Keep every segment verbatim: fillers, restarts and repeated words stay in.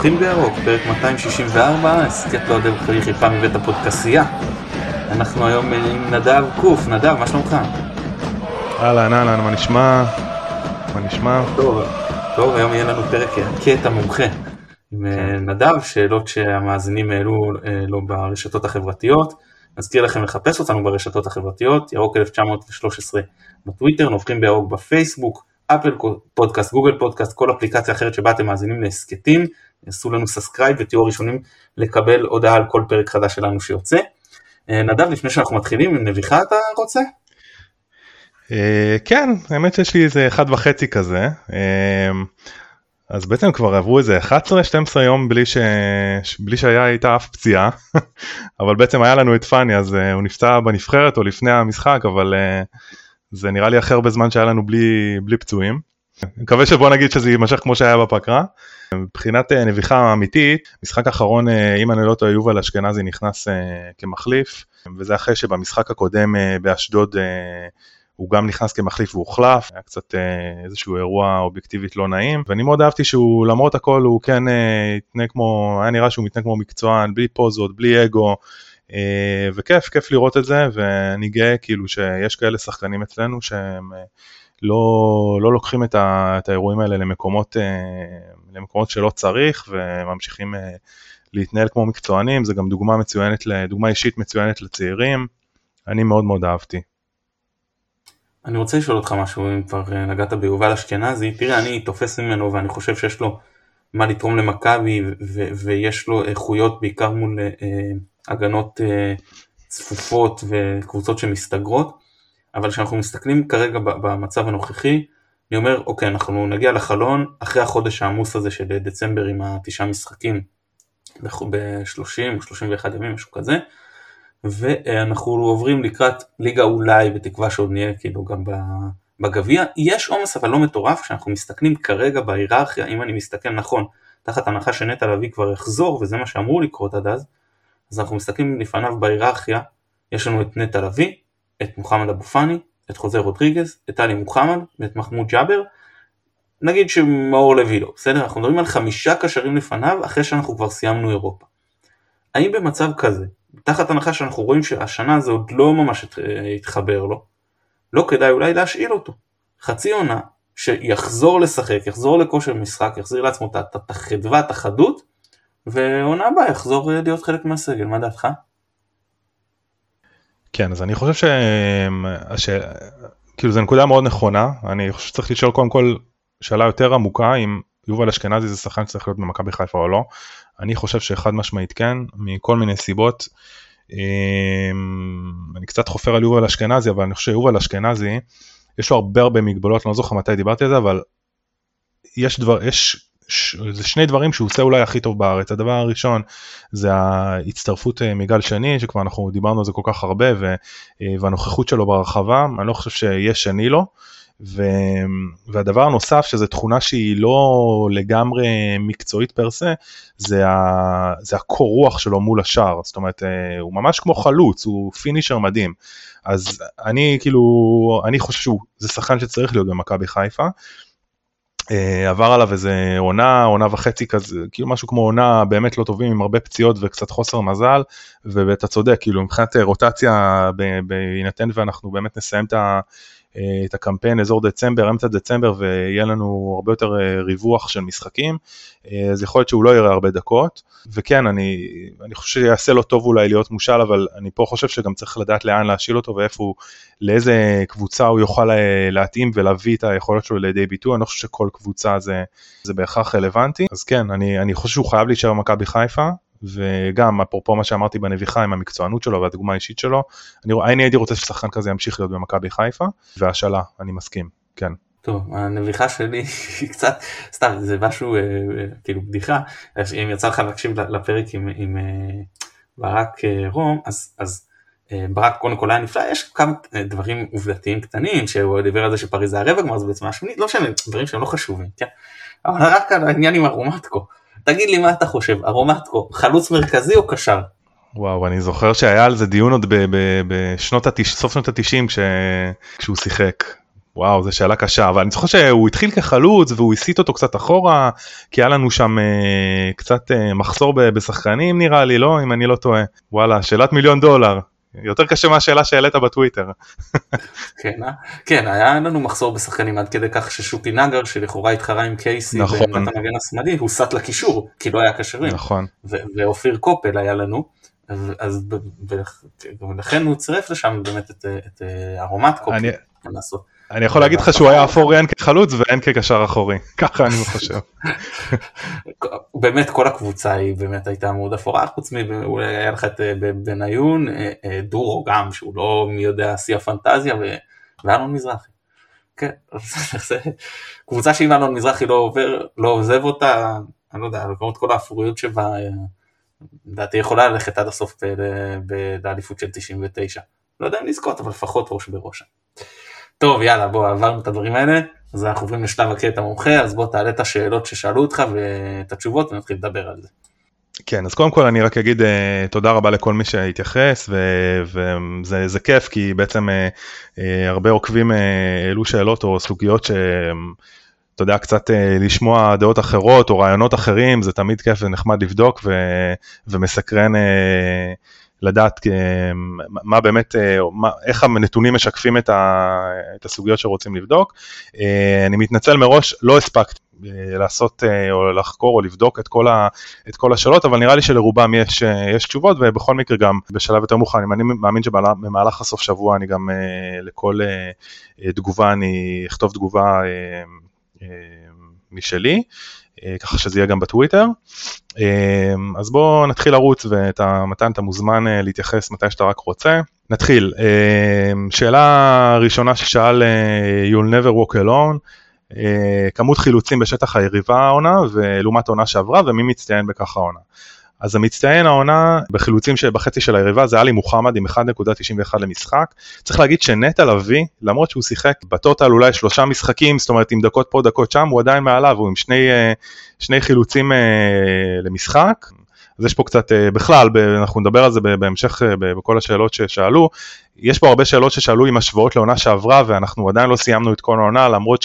נובחים בירוק, פרק מאתיים שישים וארבע, הסכת לא יודע בכלל חיפה מבית הפודקסייה. אנחנו היום עם נדב קוף. נדב, מה שלומך? אהלן, אהלן, מה נשמע? מה נשמע? טוב, טוב, היום יהיה לנו פרק קטע מומחה עם נדב, שאלות שהמאזינים העלו לו ברשתות החברתיות. נזכיר לכם לחפש אותנו ברשתות החברתיות, ירוק אלף תשע מאות ושלוש עשרה בטוויטר, נובחים בירוק בפייסבוק, אפל פודקאסט, גוגל פודקאסט, כל אפליקציה אחרת שבה אתם מאזינים להסקטים, יעשו לנו סאסקרייב ותהיו הראשונים לקבל הודעה על כל פרק חדש שלנו שיוצא. נדב, לפני שאנחנו מתחילים, נביחה אתה רוצה? כן, האמת שיש לי איזה אחד וחצי כזה, אז בעצם כבר עברו איזה אחת עשרה שתים עשרה יום בלי, ש... בלי שהיה איתה אף פציעה, אבל בעצם היה לנו את פני, אז הוא נפצע בנבחרת או לפני המשחק, אבל זה נראה לי אחר הרבה זמן שהיה לנו בלי, בלי פצועים. אני מקווה שבוא נגיד שזה יימשך כמו שהיה בפגרה. מבחינת נביחה אמיתית, משחק האחרון, אם אני לא טועה, יובל אשכנזי נכנס כמחליף, וזה אחרי שבמשחק הקודם באשדוד הוא גם נכנס כמחליף והוחלף, היה קצת איזשהו אירוע אובייקטיבית לא נעים, ואני מאוד אהבתי שהוא למרות הכל הוא כן התנה כמו, היה נראה שהוא מתנה כמו מקצוען, בלי פוזות, בלי אגו, וכיף, כיף לראות את זה, ואני גאה כאילו שיש כאלה שחקנים אצלנו שהם לא, לא לוקחים את, ה, את האירועים האלה למקומות, למקומות שלא צריך, וממשיכים להתנהל כמו מקצוענים, זה גם דוגמה מצוינת, דוגמה אישית מצוינת לצעירים, אני מאוד מאוד אהבתי. אני רוצה לשאול אותך משהו, אם כבר נגעת ביובל אשכנזי, תראה, אני תופס ממנו ואני חושב שיש לו מה לתרום למכבי, ו- ויש לו איכויות בעיקר מול אה, הגנות אה, צפופות וקבוצות שמסתגרות, אבל כשאנחנו מסתכלים כרגע במצב הנוכחי, אני אומר, אוקיי, אנחנו נגיע לחלון, אחרי החודש העמוס הזה של דצמבר עם התשעה משחקים, ב-שלושים או שלושים ואחד ימים, משהו כזה, ואנחנו עוברים לקראת ליגה אולי, בתקווה שעוד נהיה כאילו גם בגביע, יש עומס אבל לא מטורף, כשאנחנו מסתכלים כרגע בהיררכיה, אם אני מסתכל נכון, תחת הנחה שנטע לביא כבר יחזור, וזה מה שאמרו לקרות עד אז, אז אנחנו מסתכלים לפניו בהיררכיה, יש לנו את נטע לביא, את מוחמד אבו פאני, את חוזה רודריגז, את טלי מוחמד, ואת מחמוד ג'אבר, נגיד שמאור לוי לא, בסדר? אנחנו מדברים על חמישה קשרים לפניו, אחרי שאנחנו כבר סיימנו אירופה. האם במצב כזה, תחת הנחה שאנחנו רואים שהשנה הזה עוד לא ממש התחבר לו, לא כדאי אולי להשאיל אותו. חצי עונה שיחזור לשחק, יחזור לכושר משחק, יחזיר לעצמו את החדווה, את החדות, ועונה הבאה יחזור להיות חלק מהסגל. מה דעתך? כן, אז אני חושב ש... ש... כאילו זו נקודה מאוד נכונה, אני חושב שצריך לשאול קודם כל שאלה יותר עמוקה, אם יובל אשכנזי זה שחקן שצריך להיות במכבי חיפה או לא. אני חושב שאחד משמעית כן, מכל מיני סיבות. אני קצת חופר על יובל אשכנזי, אבל אני חושב שיובל אשכנזי, יש לו הרבה הרבה מגבלות, אני לא זוכר מתי דיברתי על זה, אבל יש דבר, יש, זה שני דברים שהוא עושה אולי הכי טוב בארץ. הדבר הראשון זה ההצטרפות מגל שני, שכבר אנחנו דיברנו על זה כל כך הרבה, והנוכחות שלו ברחבה, אני לא חושב שיש שני לו, והדבר הנוסף, שזו תכונה שהיא לא לגמרי מקצועית פרסה, זה, ה, זה הקור רוח שלו מול השאר, זאת אומרת, הוא ממש כמו חלוץ, הוא פינישר מדהים, אז אני כאילו, אני חושב שזה שחקן שצריך להיות במכבי חיפה, עבר עליו איזה עונה, עונה וחצי כזה, כאילו משהו כמו עונה באמת לא טובים, עם הרבה פציעות וקצת חוסר מזל, ואתה צודק, כאילו מבחינת רוטציה, בהינתן ואנחנו באמת נסיים את ה... את הקמפיין אזור דצמבר, אמצע דצמבר, ויהיה לנו הרבה יותר ריווח של משחקים, אז יכול להיות שהוא לא יראה הרבה דקות, וכן, אני, אני חושב שיעשה לו טוב אולי להיות מושל, אבל אני פה חושב שגם צריך לדעת לאן להשיל אותו, ואיפה הוא, לאיזה קבוצה הוא יוכל להתאים, ולהביא את היכולות שלו לידי ביטוי, אני לא חושב שכל קבוצה זה, זה בהכרח רלוונטי, אז כן, אני, אני חושב שהוא חייב להישאר במכבי חיפה, וגם אפרופו מה שאמרתי בנביחה עם המקצוענות שלו והדוגמה האישית שלו, אני, אני הייתי רוצה ששחקן כזה ימשיך להיות במכבי חיפה, והשאלה, אני מסכים, כן. טוב, הנביחה שלי היא קצת, סתם, זה משהו, כאילו בדיחה, אם יצא לך להקשיב לפרק עם, עם ברק רום, אז, אז ברק קודם כל היה נפלא, יש כמה דברים עובדתיים קטנים, שהוא דיבר על זה שפריז זה הרבע גמר, זה בעצם השמינית, לא שהם דברים שהם לא חשובים, כן? אבל רק על העניין עם הרומטקו, תגיד לי מה אתה חושב, הרומטקו, חלוץ מרכזי או קשר? וואו, אני זוכר שהיה על זה דיון עוד בסוף שנות ה-תשעים כשהוא שיחק. וואו, זו שאלה קשה, אבל אני זוכר שהוא התחיל כחלוץ והוא הסיט אותו קצת אחורה, כי היה לנו שם אה, קצת אה, מחסור בשחקנים נראה לי, לא? אם אני לא טועה. וואלה, שאלת מיליון דולר. יותר קשה מהשאלה שהעלית בטוויטר. כן, כן, היה לנו מחסור בשחקנים עד כדי כך ששוטי נגר, שלכאורה התחרה עם קייסי נכון. בעמדת המגן השמאלי, הוא סט לקישור, כי לא היה קשרים. נכון. ואופיר קופל היה לנו, אז ולכן הוא צירף לשם באמת את ארומט קופל. אני יכול להגיד לך שהוא היה אפורי הן כחלוץ והן כקשר אחורי, ככה אני חושב. באמת כל הקבוצה היא באמת הייתה מאוד אפורה, חוץ מאולי היה לך את בניון, דורו גם, שהוא לא מי יודע שיא הפנטזיה, ואלון מזרחי. כן, קבוצה שאם אלון מזרחי לא עובר, לא עוזב אותה, אני לא יודע, למרות כל האפוריות שבה, דעתי יכולה ללכת עד הסוף באליפות של תשעים ותשע. לא יודע אם לזכות, אבל לפחות ראש בראשה. טוב, יאללה, בוא, עברנו את הדברים האלה, אז אנחנו עוברים לשלב הקטע המומחה, אז בוא תעלה את השאלות ששאלו אותך ואת התשובות ונתחיל לדבר על זה. כן, אז קודם כל אני רק אגיד uh, תודה רבה לכל מי שהתייחס, וזה זה כיף, כי בעצם uh, uh, הרבה עוקבים uh, העלו שאלות או סוגיות ש... אתה יודע, קצת uh, לשמוע דעות אחרות או רעיונות אחרים, זה תמיד כיף ונחמד לבדוק ו... ומסקרן... Uh, לדעת מה באמת, מה, איך הנתונים משקפים את, ה, את הסוגיות שרוצים לבדוק. אני מתנצל מראש, לא הספקתי לעשות או לחקור או לבדוק את כל, ה, את כל השאלות, אבל נראה לי שלרובם יש, יש תשובות, ובכל מקרה גם בשלב יותר מוכן, אני מאמין שבמהלך הסוף שבוע אני גם לכל תגובה, אני אכתוב תגובה משלי, ככה שזה יהיה גם בטוויטר. אז בואו נתחיל לרוץ, ומתן אתה מוזמן להתייחס מתי שאתה רק רוצה. נתחיל. שאלה ראשונה ששאל You'll never walk alone, כמות חילוצים בשטח היריבה העונה, ולעומת העונה שעברה, ומי מצטיין בכך העונה. אז המצטיין העונה בחילוצים שבחצי של היריבה זה עלי מוחמד עם אחת נקודה תשעים ואחת למשחק. צריך להגיד שנטע לביא, למרות שהוא שיחק בטוטל אולי שלושה משחקים, זאת אומרת עם דקות פה דקות שם, הוא עדיין מעליו, הוא עם שני, שני חילוצים למשחק. אז יש פה קצת, בכלל, אנחנו נדבר על זה בהמשך בכל השאלות ששאלו, יש פה הרבה שאלות ששאלו עם השוואות לעונה שעברה, ואנחנו עדיין לא סיימנו את כל העונה, למרות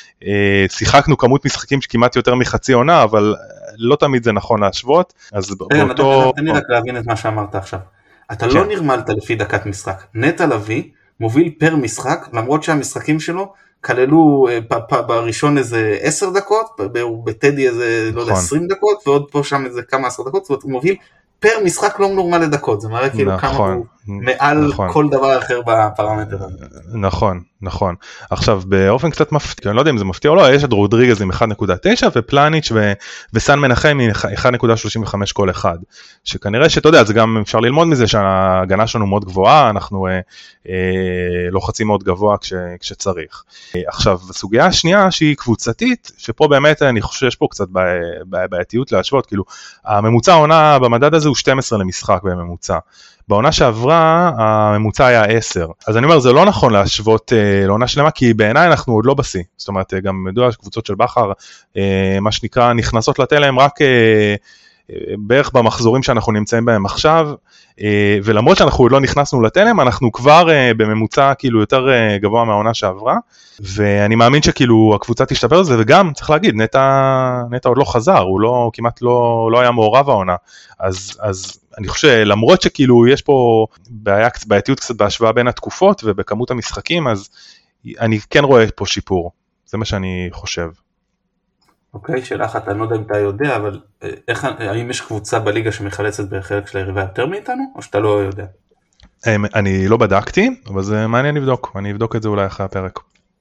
ששיחקנו כמות משחקים שכמעט יותר מחצי עונה, אבל לא תמיד זה נכון להשוות, אז באותו... תן לי רק להבין את מה שאמרת עכשיו. אתה לא נרמלת לפי דקת משחק. נטע לביא מוביל פר משחק, למרות שהמשחקים שלו כללו בראשון איזה עשר דקות, בטדי איזה, לא יודע, עשרים דקות, ועוד פה שם איזה כמה עשר דקות, זאת אומרת, הוא מוביל פר משחק לא נורמל לדקות, זה מראה כאילו כמה הוא מעל כל דבר אחר בפרמטר. נכון, נכון. עכשיו, באופן קצת מפתיע, אני לא יודע אם זה מפתיע או לא, יש את רודריגז עם אחת נקודה תשע, ופלניץ' וסן מנחם עם אחת נקודה שלושים וחמש כל אחד. שכנראה שאתה יודע, זה גם אפשר ללמוד מזה שההגנה שלנו מאוד גבוהה, אנחנו אה, אה, לוחצים מאוד גבוה כש, כשצריך. אה, עכשיו, הסוגיה השנייה שהיא קבוצתית, שפה באמת אני חושב שיש פה קצת בעייתיות להשוות, כאילו, הממוצע העונה במדד הזה הוא שתים עשרה למשחק בממוצע. בעונה שעברה הממוצע היה עשר, אז אני אומר זה לא נכון להשוות אה, לעונה שלמה, כי בעיניי אנחנו עוד לא בסי, זאת אומרת גם מדוע קבוצות של בחר, אה, מה שנקרא נכנסות לתלם רק אה, אה, בערך במחזורים שאנחנו נמצאים בהם עכשיו, אה, ולמרות שאנחנו עוד לא נכנסנו לתלם, אנחנו כבר אה, בממוצע כאילו יותר אה, גבוה מהעונה שעברה, ואני מאמין שכאילו הקבוצה תשתפר לזה, וגם צריך להגיד, נטע, נטע עוד לא חזר, הוא לא, כמעט לא, לא היה מעורב העונה, אז, אז אני חושב, למרות שכאילו יש פה בעיה, בעייתיות קצת בהשוואה בין התקופות ובכמות המשחקים, אז אני כן רואה פה שיפור, זה מה שאני חושב. אוקיי, שאלה אחת, אני לא יודע אם אתה יודע, אבל איך, האם יש קבוצה בליגה שמחלצת בחלק של היריבה יותר מאיתנו, או שאתה לא יודע? אני לא בדקתי, אבל זה מעניין לבדוק, אני אבדוק את זה אולי אחרי הפרק.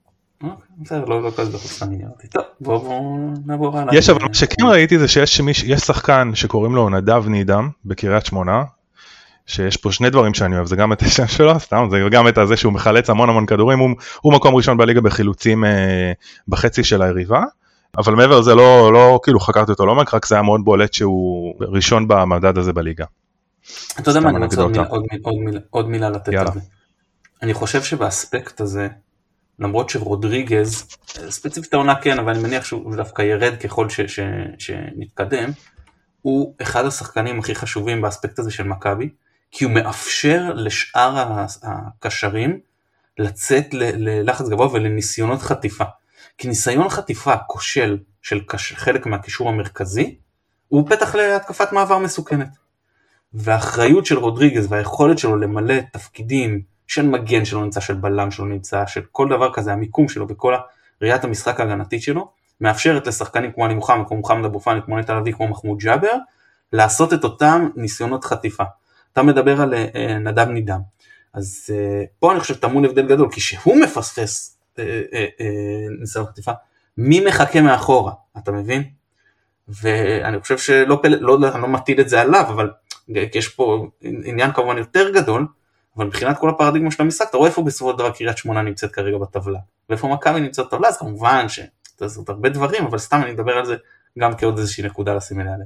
בסדר, לא כזה דחוס ענייתי. טוב, בואו נעבור הלאה. יש, אבל מה שכן ראיתי זה שיש שחקן שקוראים לו נדב נידם בקריית שמונה, שיש פה שני דברים שאני אוהב, זה גם את השם שלו, סתם, זה גם את זה שהוא מחלץ המון המון כדורים, הוא מקום ראשון בליגה בחילוצים בחצי של היריבה, אבל מעבר זה לא, לא כאילו חקרתי אותו לעומק, רק זה היה מאוד בולט שהוא ראשון במדד הזה בליגה. אתה יודע מה, אני רוצה עוד מילה לתת על זה. אני חושב שבאספקט הזה, למרות שרודריגז, ספציפית העונה כן, אבל אני מניח שהוא דווקא ירד ככל ש, ש, שנתקדם, הוא אחד השחקנים הכי חשובים באספקט הזה של מכבי, כי הוא מאפשר לשאר הקשרים לצאת ללחץ גבוה ולניסיונות חטיפה. כי ניסיון חטיפה כושל של חלק מהקישור המרכזי, הוא פתח להתקפת מעבר מסוכנת. והאחריות של רודריגז והיכולת שלו למלא תפקידים של מגן שלו נמצא, של בלם שלו נמצא, של כל דבר כזה, המיקום שלו וכל ראיית המשחק ההגנתית שלו, מאפשרת לשחקנים כמו עלי מוחמד, כמו מוחמד אבו פאני, כמו נטע לביא, כמו מחמוד ג'אבר, לעשות את אותם ניסיונות חטיפה. אתה מדבר על uh, נדב נידם. אז uh, פה אני חושב טמון הבדל גדול, כי שהוא מפספס uh, uh, uh, ניסיון חטיפה, מי מחכה מאחורה, אתה מבין? ואני חושב שלא פל... לא, לא, לא מטיל את זה עליו, אבל יש פה עניין כמובן יותר גדול, אבל מבחינת כל הפרדיגמה של המשחק, אתה רואה איפה בסופו של דבר קריית שמונה נמצאת כרגע בטבלה, ואיפה מכבי נמצאת בטבלה, אז כמובן שתעשו הרבה דברים, אבל סתם אני מדבר על זה גם כעוד איזושהי נקודה לשים אליה.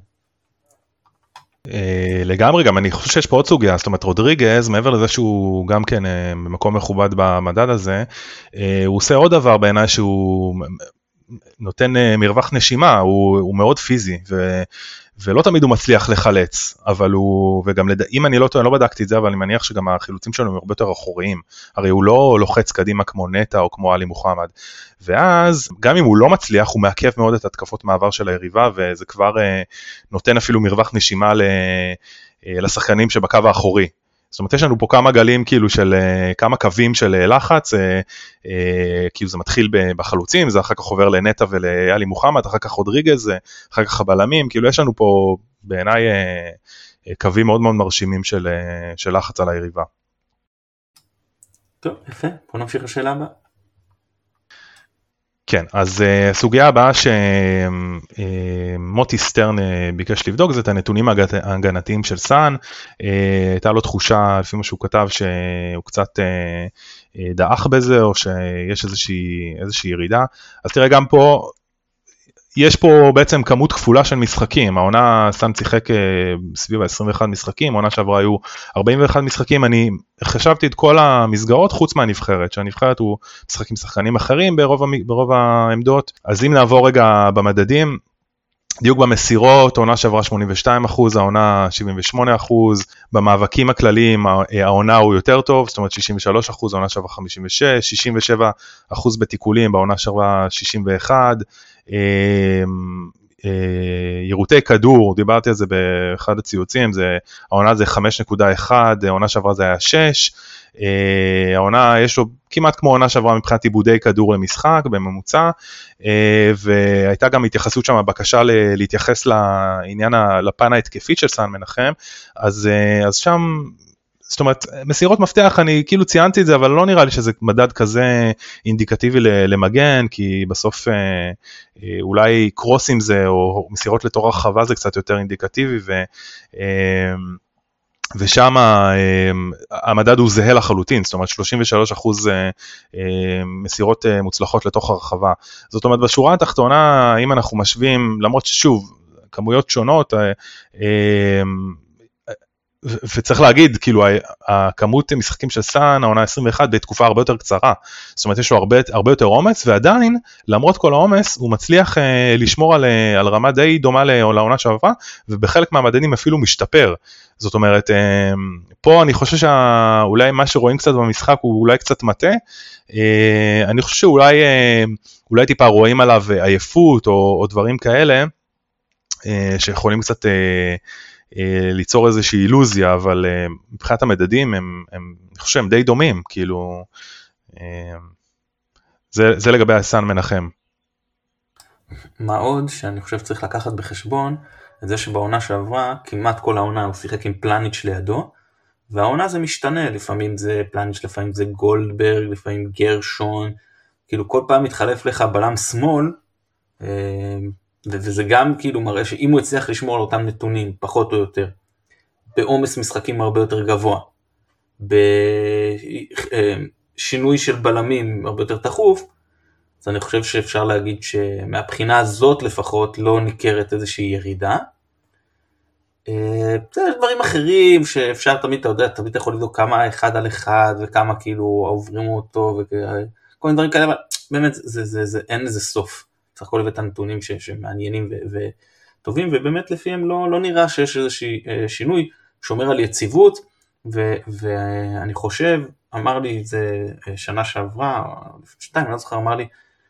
לגמרי, גם אני חושב שיש פה עוד סוגיה, זאת אומרת רודריגז, מעבר לזה שהוא גם כן במקום מכובד במדד הזה, הוא עושה עוד דבר בעיניי שהוא נותן מרווח נשימה, הוא, הוא מאוד פיזי, ו, ולא תמיד הוא מצליח לחלץ, אבל הוא, וגם לד... אם אני לא טועה, אני לא בדקתי את זה, אבל אני מניח שגם החילוצים שלנו הם הרבה יותר אחוריים, הרי הוא לא לוחץ קדימה כמו נטע או כמו עלי מוחמד, ואז גם אם הוא לא מצליח, הוא מעכב מאוד את התקפות מעבר של היריבה, וזה כבר אה, נותן אפילו מרווח נשימה ל, אה, לשחקנים שבקו האחורי, זאת אומרת, יש לנו פה כמה גלים, כאילו, של כמה קווים של לחץ, כאילו זה מתחיל בחלוצים, זה אחר כך עובר לנטע ולעלי מוחמד, אחר כך רודריגז, אחר כך הבלמים, כאילו יש לנו פה בעיניי קווים מאוד מאוד מרשימים של, של לחץ על היריבה. טוב, יפה, בוא נמשיך לשאלה הבאה. כן, אז הסוגיה הבאה שמוטי סטרן ביקש לבדוק, זה את הנתונים ההגנתיים של סאן, הייתה לו תחושה, לפי מה שהוא כתב, שהוא קצת דאח בזה, או שיש איזושהי, איזושהי ירידה, אז תראה גם פה, יש פה בעצם כמות כפולה של משחקים, העונה סאן שיחק סביב ה-עשרים ואחד משחקים, העונה שעברה היו ארבעים ואחד משחקים, אני חשבתי את כל המסגרות חוץ מהנבחרת, שהנבחרת הוא משחק עם שחקנים אחרים ברוב, ברוב העמדות, אז אם נעבור רגע במדדים, דיוק במסירות, העונה שעברה שמונים ושתיים אחוז, העונה שבעים ושמונה אחוז, במאבקים הכלליים העונה הוא יותר טוב, זאת אומרת שישים ושלושה אחוז, העונה שעברה חמישים ושש, שישים ושבעה אחוז בתיקולים, בעונה שעברה שישים ואחד, ירותי כדור, דיברתי על זה באחד הציוצים, זה, העונה זה חמש נקודה אחת, העונה שעברה זה היה שש, העונה יש לו כמעט כמו העונה שעברה מבחינת עיבודי כדור למשחק בממוצע, והייתה גם התייחסות שם, בקשה להתייחס לעניין, לפן ההתקפית של סאן מנחם, אז, אז שם, זאת אומרת, מסירות מפתח, אני כאילו ציינתי את זה, אבל לא נראה לי שזה מדד כזה אינדיקטיבי למגן, כי בסוף אולי קרוסים זה, או מסירות לתור הרחבה זה קצת יותר אינדיקטיבי, ו... ושם המדד הוא זהה לחלוטין, זאת אומרת שלושים ושלושה אחוז מסירות מוצלחות לתוך הרחבה. זאת אומרת, בשורה התחתונה, אם אנחנו משווים, למרות ששוב, כמויות שונות, וצריך להגיד, כאילו, הכמות משחקים של סאן, העונה עשרים ואחת, בתקופה הרבה יותר קצרה, זאת אומרת, יש לו הרבה, הרבה יותר אומץ, ועדיין, למרות כל האומץ, הוא מצליח אה, לשמור על, על רמה די דומה לעונה שעברה, ובחלק מהמדדים אפילו משתפר, זאת אומרת, אה, פה אני חושב שאולי מה שרואים קצת במשחק, הוא אולי קצת מטה, אה, אני חושב שאולי אה, אולי טיפה רואים עליו עייפות, או, או דברים כאלה, אה, שיכולים קצת... אה, ליצור איזושהי אילוזיה, אבל מבחינת המדדים הם, הם, אני חושב, הם די דומים, כאילו, זה, זה לגבי סאן מנחם. מה עוד שאני חושב צריך לקחת בחשבון, את זה שבעונה שעברה, כמעט כל העונה הוא שיחק עם פלניץ' לידו, והעונה זה משתנה, לפעמים זה פלניץ', לפעמים זה גולדברג, לפעמים גרשון, כאילו כל פעם מתחלף לך בלם שמאל, וזה גם כאילו מראה שאם הוא הצליח לשמור על אותם נתונים, פחות או יותר, בעומס משחקים הרבה יותר גבוה, בשינוי של בלמים הרבה יותר תחוף, אז אני חושב שאפשר להגיד שמהבחינה הזאת לפחות לא ניכרת איזושהי ירידה. יש דברים אחרים שאפשר תמיד, אתה יודע, תמיד יכול לבדוק כמה אחד על אחד, וכמה כאילו עוברים אותו, וכל מיני דברים כאלה, אבל באמת זה, זה, זה, אין לזה סוף. צריך כל את הנתונים ש, שמעניינים ו, וטובים, ובאמת לפיהם לא, לא נראה שיש איזושהי שינוי, שומר על יציבות, ו, ואני חושב, אמר לי, זה שנה שעברה, לפני שתיים, אני לא זוכר, אמר לי,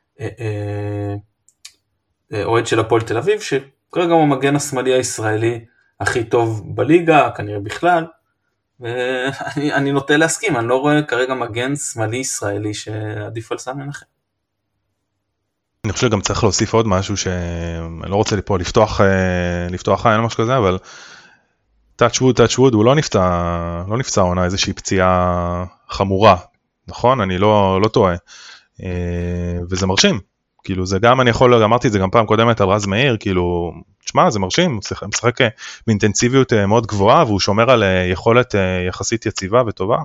אוהד של הפועל תל אביב, שכרגע הוא המגן השמאלי הישראלי הכי טוב בליגה, כנראה בכלל, ואני נוטה להסכים, אני לא רואה כרגע מגן שמאלי ישראלי שעדיף על סן מנחם. אני חושב שגם צריך להוסיף עוד משהו שאני לא רוצה פה לפתוח, לפתוח עין או משהו כזה, אבל touch wood, touch wood, הוא לא נפצע, לא נפצע עונה איזושהי פציעה חמורה, נכון? אני לא, לא טועה. וזה מרשים. כאילו זה גם, אני יכול, אמרתי את זה גם פעם קודמת על רז מאיר, כאילו, תשמע, זה מרשים, הוא משחק באינטנסיביות מאוד גבוהה, והוא שומר על יכולת יחסית יציבה וטובה.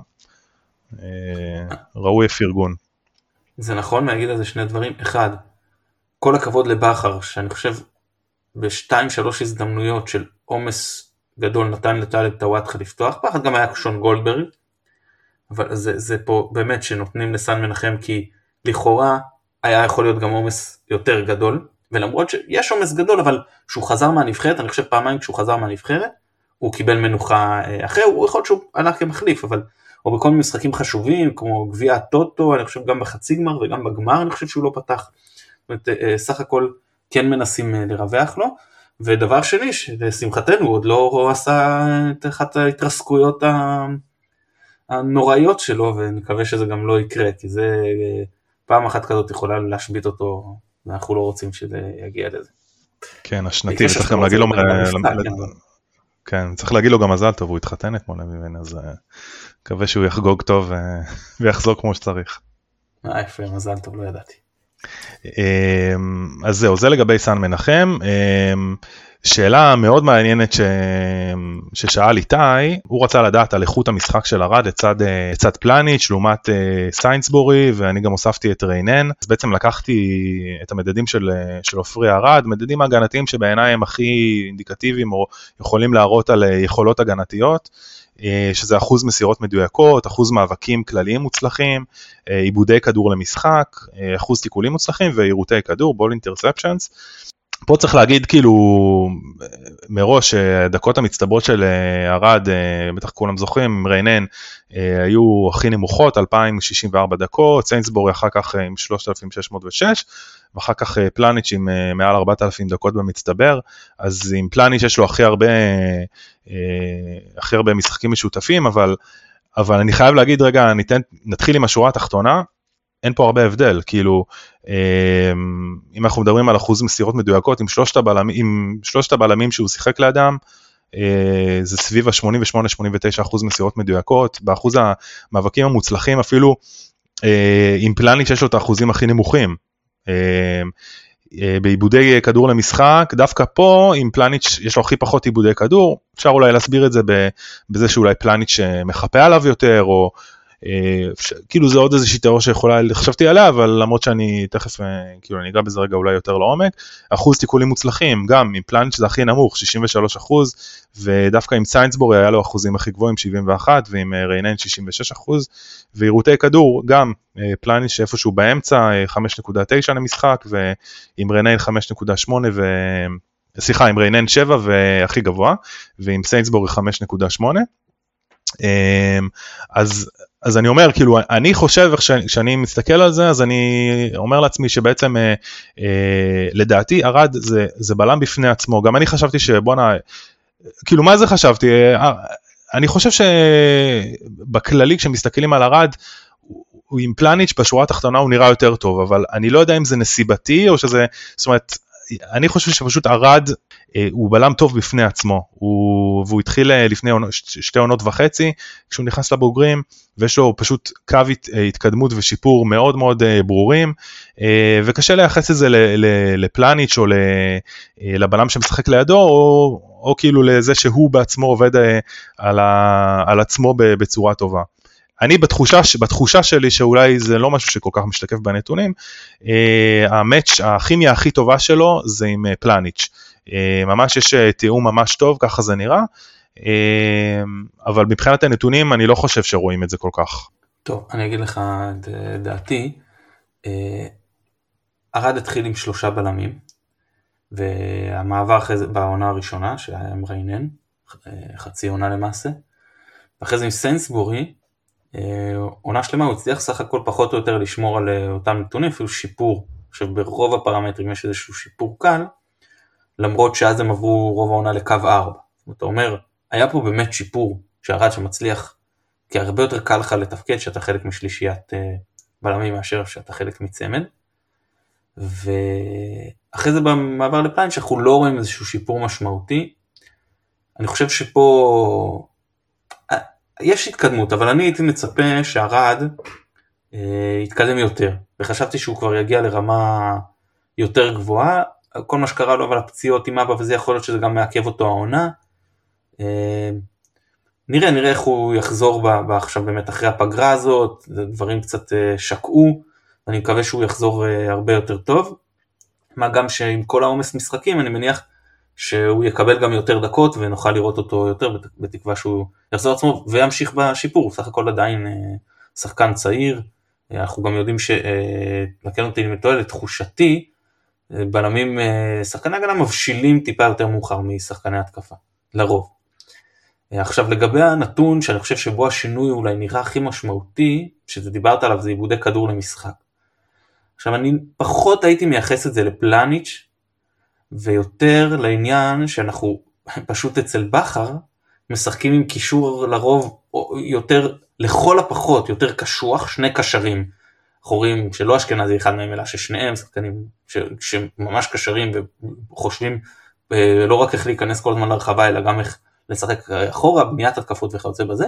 ראוי פרגון. זה נכון, להגיד על זה שני דברים. אחד, כל הכבוד לבחר, שאני חושב בשתיים, שלוש הזדמנויות של עומס גדול נתן לטלב טוואטחה לפתוח, פחד גם היה שון גולדברג, אבל זה, זה פה באמת שנותנים לסן מנחם, כי לכאורה היה יכול להיות גם עומס יותר גדול, ולמרות שיש עומס גדול, אבל כשהוא חזר מהנבחרת, אני חושב פעמיים כשהוא חזר מהנבחרת, הוא קיבל מנוחה אחרי, הוא יכול להיות שהוא הלך כמחליף, אבל, או בכל מיני משחקים חשובים, כמו גביע הטוטו, אני חושב גם בחצי גמר וגם בגמר, אני חושב שהוא לא פתח. זאת אומרת, סך הכל כן מנסים לרווח לו, ודבר שני, לשמחתנו, הוא עוד לא עשה את אחת ההתרסקויות הנוראיות שלו, ונקווה שזה גם לא יקרה, כי זה פעם אחת כזאת יכולה להשבית אותו, ואנחנו לא רוצים שזה יגיע לזה. כן, השנתי, וצריך גם להגיד לו, כן, צריך להגיד לו גם מזל טוב, הוא התחתן אתמול, אז מקווה שהוא יחגוג טוב ויחזור כמו שצריך. אה, יפה, מזל טוב, לא ידעתי. אז זהו, זה לגבי סן מנחם. שאלה מאוד מעניינת ש... ששאל איתי, הוא רצה לדעת על איכות המשחק של ארד לצד, לצד פלניץ' לעומת סיינסבורי, ואני גם הוספתי את ריינן. אז בעצם לקחתי את המדדים של, של אופרי ארד, מדדים הגנתיים שבעיניי הם הכי אינדיקטיביים או יכולים להראות על יכולות הגנתיות, שזה אחוז מסירות מדויקות, אחוז מאבקים כלליים מוצלחים, עיבודי כדור למשחק, אחוז תיקולים מוצלחים ועירותי כדור, בול אינטרספשנס. פה צריך להגיד כאילו מראש דקות המצטברות של ארד, בטח כולם זוכרים, ריינן, היו הכי נמוכות, אלפיים שישים וארבע דקות, סיינסבורי אחר כך עם שלושת אלפים שש מאות ושש, ואחר כך פלניץ' עם מעל ארבעת אלפים דקות במצטבר, אז עם פלניץ' יש לו הכי הרבה, הכי הרבה משחקים משותפים, אבל, אבל אני חייב להגיד רגע, ניתן, נתחיל עם השורה התחתונה, אין פה הרבה הבדל, כאילו, אם אנחנו מדברים על אחוז מסירות מדויקות, עם שלושת הבלמים, עם שלושת הבלמים שהוא שיחק לאדם, זה סביב ה-שמונים ושמונה שמונים ותשע אחוז מסירות מדויקות, באחוז המאבקים המוצלחים, אפילו עם פלניץ' שיש לו את האחוזים הכי נמוכים, בעיבודי כדור למשחק, דווקא פה עם פלניץ' יש לו הכי פחות עיבודי כדור, אפשר אולי להסביר את זה בזה שאולי פלניץ' מחפה עליו יותר, או כאילו זה עוד איזושהי תיאוריה שיכולה, חשבתי עליה, אבל למרות שאני תכף, כאילו אני אגע בזה רגע אולי יותר לעומק, אחוז תיקולים מוצלחים, גם עם פלניץ' זה הכי נמוך, שישים ושלושה אחוז, ודווקא עם סיינסבורי היה לו אחוזים הכי גבוהים, שבעים ואחת, ועם ריינן שישים ושש אחוז, ועירותי כדור, גם פלניץ' שאיפשהו באמצע, חמש נקודה תשע למשחק, ועם ריינן חמש נקודה שמונה, ו... סליחה, עם ריינן שבע והכי גבוה, ועם סיינסבורי חמש נקודה שמונה, אז אז אני אומר, כאילו, אני חושב, כשאני מסתכל על זה, אז אני אומר לעצמי שבעצם, אה, אה, לדעתי, ארד זה, זה בלם בפני עצמו. גם אני חשבתי שבואנה, כאילו, מה זה חשבתי? אה, אני חושב שבכללי, כשמסתכלים על ארד, הוא עם פלניץ' בשורה התחתונה הוא נראה יותר טוב, אבל אני לא יודע אם זה נסיבתי, או שזה, זאת אומרת, אני חושב שפשוט ארד, הוא בלם טוב בפני עצמו, הוא, והוא התחיל לפני שתי עונות וחצי, כשהוא נכנס לבוגרים, ויש לו פשוט קו התקדמות ושיפור מאוד מאוד ברורים, וקשה לייחס את זה לפלניץ' או לבלם שמשחק לידו, או, או כאילו לזה שהוא בעצמו עובד על, ה, על עצמו בצורה טובה. אני בתחושה, בתחושה שלי שאולי זה לא משהו שכל כך משתקף בנתונים, המאץ', הכימיה הכי טובה שלו זה עם פלניץ'. ממש יש תיאום ממש טוב, ככה זה נראה, אבל מבחינת הנתונים אני לא חושב שרואים את זה כל כך. טוב, אני אגיד לך את דעתי, ארד התחיל עם שלושה בלמים, והמעבר אחרי זה בעונה הראשונה, שהיה עם ריינן, חצי עונה למעשה, ואחרי זה עם סיינסבורי, עונה שלמה הוא הצליח סך הכל פחות או יותר לשמור על אותם נתונים, אפילו שיפור, עכשיו ברוב הפרמטרים יש איזשהו שיפור קל, למרות שאז הם עברו רוב העונה לקו ארבע. אתה אומר, היה פה באמת שיפור שהרד שמצליח, כי הרבה יותר קל לך לתפקד שאתה חלק משלישיית בלמים מאשר שאתה חלק מצמד, ואחרי זה במעבר לפליין שאנחנו לא רואים איזשהו שיפור משמעותי. אני חושב שפה יש התקדמות, אבל אני הייתי מצפה שהרד אה, יתקדם יותר, וחשבתי שהוא כבר יגיע לרמה יותר גבוהה. כל מה שקרה לו אבל הפציעות עם אבא וזה, יכול להיות שזה גם מעכב אותו העונה. אה, נראה, נראה איך הוא יחזור בה, בה עכשיו באמת אחרי הפגרה הזאת, דברים קצת אה, שקעו, ואני מקווה שהוא יחזור אה, הרבה יותר טוב, מה גם שעם כל העומס משחקים אני מניח שהוא יקבל גם יותר דקות ונוכל לראות אותו יותר, בתקווה שהוא יחזור עצמו וימשיך בשיפור. הוא סך הכל עדיין שחקן צעיר, אנחנו גם יודעים שלקן אותי למתואל לתחושתי, בלמים שחקני הגנה מבשילים טיפה יותר מאוחר משחקני התקפה, לרוב. עכשיו לגבי הנתון שאני חושב שבו השינוי אולי נראה הכי משמעותי, שזה דיברת עליו, זה עיבודי כדור למשחק. עכשיו אני פחות הייתי מייחס את זה לפלניץ', ויותר לעניין שאנחנו פשוט אצל בחר, משחקים עם קישור לרוב יותר, לכל הפחות, יותר קשוח, שני קשרים אחורים, שלא אשכנזי אחד מהם, אלא ששניהם שחקנים ש, שממש קשרים וחושבים לא רק איך להיכנס כל הזמן לרחבה, אלא גם איך לשחק אחורה, בניית התקפות וכיוצא בזה,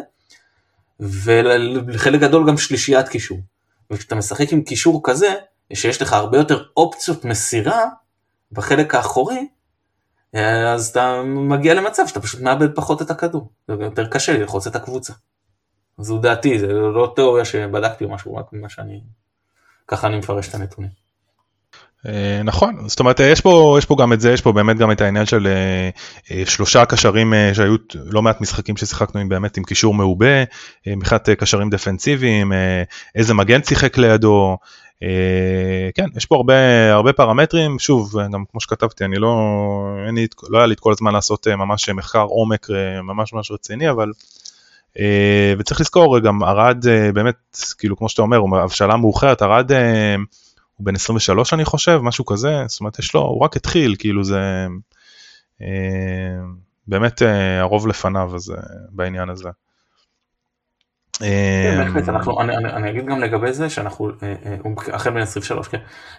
ולחלק גדול גם שלישיית קישור. וכשאתה משחק עם קישור כזה, שיש לך הרבה יותר אופציות מסירה, בחלק האחורי, אז אתה מגיע למצב שאתה פשוט מאבד פחות את הכדור. זה יותר קשה ללחוץ את הקבוצה. זו דעתי, זה לא תיאוריה שבדקתי או משהו, רק ממה שאני, ככה אני מפרש את הנתונים. נכון, זאת אומרת, יש פה, יש פה גם את זה, יש פה באמת גם את העניין של שלושה קשרים שהיו לא מעט משחקים ששיחקנו עם באמת עם קישור מעובה, מבחינת קשרים דפנסיביים, איזה מגן שיחק לידו, כן, יש פה הרבה, הרבה פרמטרים, שוב, גם כמו שכתבתי, אני לא, אני, לא היה לי את כל הזמן לעשות ממש מחקר עומק, ממש ממש רציני, אבל, וצריך לזכור, גם ארד, באמת, כאילו, כמו שאתה אומר, הוא הבשלה מאוחרת, ארד, הוא בן עשרים ושלוש, אני חושב, משהו כזה, זאת אומרת, יש לו, הוא רק התחיל, כאילו, זה, באמת, הרוב לפניו, אז, בעניין הזה. כן, בהחלט, אנחנו, אני, אני, אני אגיד גם לגבי זה, שאנחנו, אחרי בין עשרים ושלוש, כן,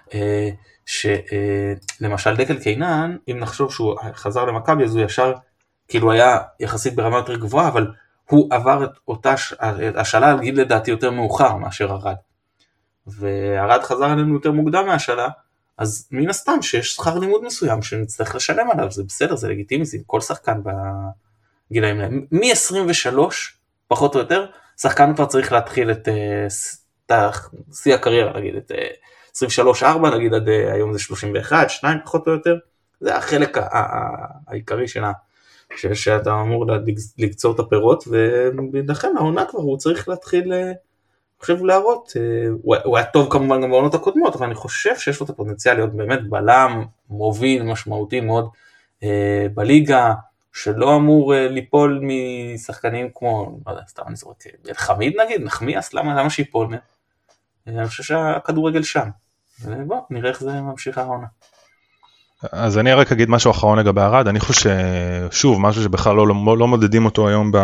שלמשל דקל קיינן, אם נחשוב שהוא חזר למכבי, אז הוא ישר, כאילו היה יחסית ברמה יותר גבוהה, אבל הוא עבר את אותה השאלה על גיל לדעתי יותר מאוחר מאשר ארד. והרד חזר אלינו יותר מוקדם מהשאלה, אז מן הסתם שיש שכר לימוד מסוים שנצטרך לשלם עליו, זה בסדר, זה לגיטימי, זה כל שחקן בגילאים להם. מ-עשרים ושלוש, פחות או יותר, שחקן כבר צריך להתחיל את שיא הקריירה, נגיד, את עשרים ושלוש ארבע, נגיד עד היום זה שלושים ואחת, שתיים פחות או יותר, זה החלק העיקרי שלה, שאתה אמור לקצור את הפירות, ולכן העונה כבר הוא צריך להתחיל, אני חושב להראות, הוא היה טוב כמובן גם בעונות הקודמות, אבל אני חושב שיש לו את הפוטנציאל להיות באמת בלם, מוביל, משמעותי מאוד בליגה, שלא אמור ליפול משחקנים כמו, לא יודע, סתם אני זורק, חמיד נגיד, נחמיאס, למה, למה שיפול? אני חושב שהכדורגל שם. ובוא, נראה איך זה ממשיך העונה. אז אני רק אגיד משהו אחרון לגבי ארד, אני חושב ששוב, משהו שבכלל לא, לא, לא מודדים אותו היום ב,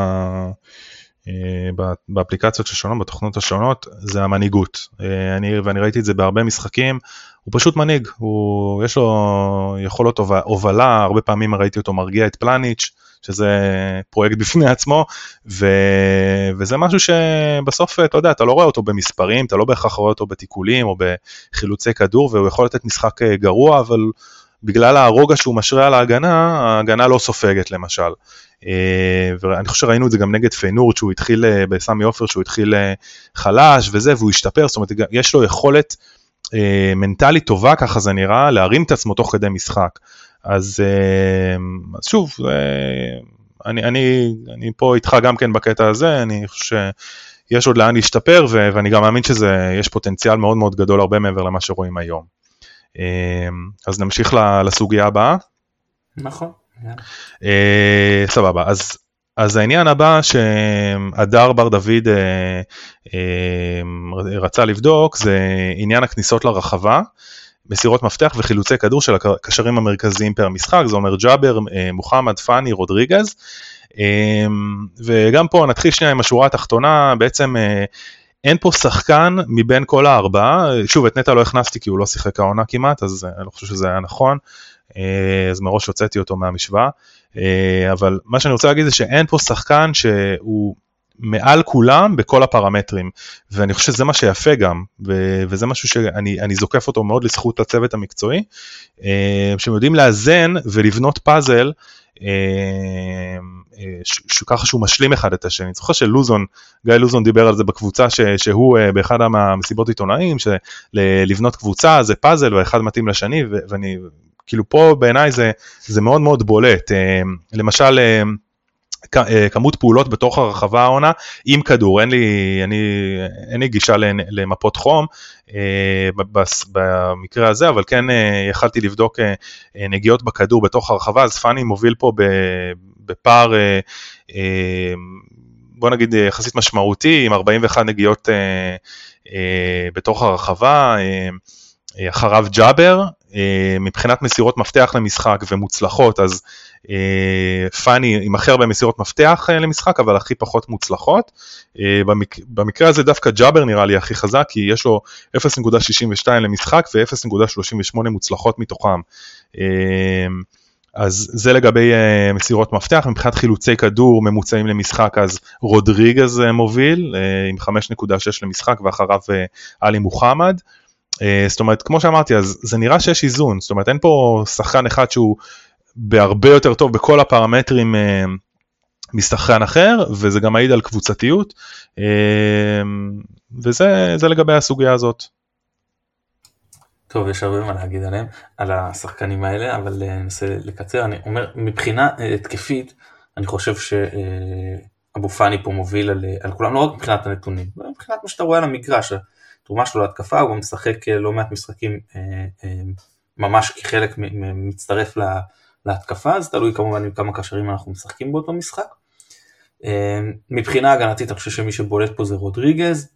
באפליקציות השונות, בתוכנות השונות, זה המנהיגות. אני, ואני ראיתי את זה בהרבה משחקים, הוא פשוט מנהיג, הוא, יש לו יכולות הובלה, הרבה פעמים ראיתי אותו מרגיע את פלניץ', שזה פרויקט בפני עצמו, ו, וזה משהו שבסוף, אתה יודע, אתה לא רואה אותו במספרים, אתה לא בהכרח רואה אותו בתיקולים, או בחילוצי כדור, והוא יכול לתת משחק גרוע, אבל בגלל הרוגע שהוא משרה על ההגנה, ההגנה לא סופגת למשל. ואני חושב שראינו את זה גם נגד פיינורד, שהוא התחיל בסמי אופר, שהוא התחיל חלש וזה, והוא השתפר, זאת אומרת, יש לו יכולת מנטלית טובה, ככה זה נראה, להרים את עצמו תוך כדי משחק. אז, אז שוב, אני, אני, אני פה איתך גם כן בקטע הזה, אני חושב שיש עוד לאן להשתפר, ואני גם מאמין שיש פוטנציאל מאוד מאוד גדול, הרבה מעבר למה שרואים היום. אז נמשיך לסוגיה הבאה. נכון. סבבה, אז אז העניין הבא שהדר בר דוד אה, אה, רצה לבדוק, זה עניין הכניסות לרחבה, מסירות מפתח וחילוצי כדור של הקשרים המרכזיים פר משחק, זה אומר ג'אבר, אה, מוחמד, פאני, רודריגז, אה, וגם פה נתחיל שנייה עם השורה התחתונה, בעצם אה, אין פה שחקן מבין כל הארבעה, שוב את נטע לא הכנסתי כי הוא לא שיחק העונה כמעט, אז אני לא חושב שזה היה נכון, אז מראש הוצאתי אותו מהמשוואה, אבל מה שאני רוצה להגיד זה שאין פה שחקן שהוא מעל כולם בכל הפרמטרים, ואני חושב שזה מה שיפה גם, וזה משהו שאני אני זוקף אותו מאוד לזכות הצוות המקצועי, שהם יודעים לאזן ולבנות פאזל, ככה שהוא משלים אחד את השני. אני זוכר שלוזון, גיא לוזון דיבר על זה בקבוצה ש, שהוא באחד המסיבות עיתונאים, שלבנות קבוצה זה פאזל ואחד מתאים לשני, ו, ואני כאילו פה בעיניי זה, זה מאוד מאוד בולט. למשל, כמות פעולות בתוך הרחבה העונה עם כדור, אין לי, אני, אין לי גישה למפות חום במקרה הזה, אבל כן יכלתי לבדוק נגיעות בכדור בתוך הרחבה, אז פאני מוביל פה בפער, בוא נגיד יחסית משמעותי, עם ארבעים ואחת נגיעות בתוך הרחבה, אחריו ג'אבר, מבחינת מסירות מפתח למשחק ומוצלחות, אז פאני עם הכי הרבה מסירות מפתח למשחק, אבל הכי פחות מוצלחות. במקרה הזה דווקא ג'אבר נראה לי הכי חזק, כי יש לו אפס נקודה שישים ושתיים למשחק ו-אפס נקודה שלושים ושמונה מוצלחות מתוכם. אז זה לגבי מסירות מפתח. מבחינת חילוצי כדור ממוצעים למשחק, אז רודריגז מוביל עם חמש נקודה שש למשחק, ואחריו עלי מוחמד. זאת אומרת, כמו שאמרתי, אז זה נראה שיש איזון, זאת אומרת, אין פה שחקן אחד שהוא בהרבה יותר טוב בכל הפרמטרים משחקן אחר, וזה גם מעיד על קבוצתיות, וזה זה לגבי הסוגיה הזאת. טוב, יש הרבה מה להגיד עליהם, על השחקנים האלה, אבל ננסה לקצר. אני אומר, מבחינה תקפית, אני חושב שאבו פאני פה מוביל על, על כולם, לא רק מבחינת הנתונים, מבחינת מה שאתה רואה על המגרש, התרומה שלו להתקפה, הוא משחק לא מעט משחקים ממש כחלק מצטרף להתקפה, אז תלוי כמובן עם כמה קשרים אנחנו משחקים באותו משחק. מבחינה הגנתית, אני חושב שמי שבולט פה זה רודריגז,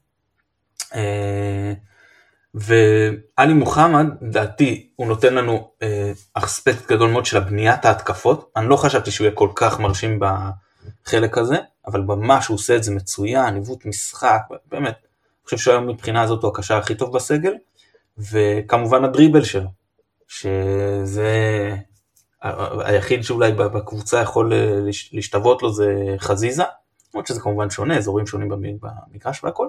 ואלי מוחמד, דעתי, הוא נותן לנו אספקט גדול מאוד של הבניית ההתקפות, אני לא חשבתי שהוא יהיה כל כך מרשים בחלק הזה, אבל ממש הוא עושה את זה מצוין, ניווט משחק, באמת, אני חושב שהיום מבחינה הזאת הוא הקשר הכי טוב בסגל, וכמובן הדריבל שלו, שזה היחיד שאולי בקבוצה יכול להשתוות לו זה חזיזה, למרות שזה כמובן שונה, אזורים שונים במגרש והכל.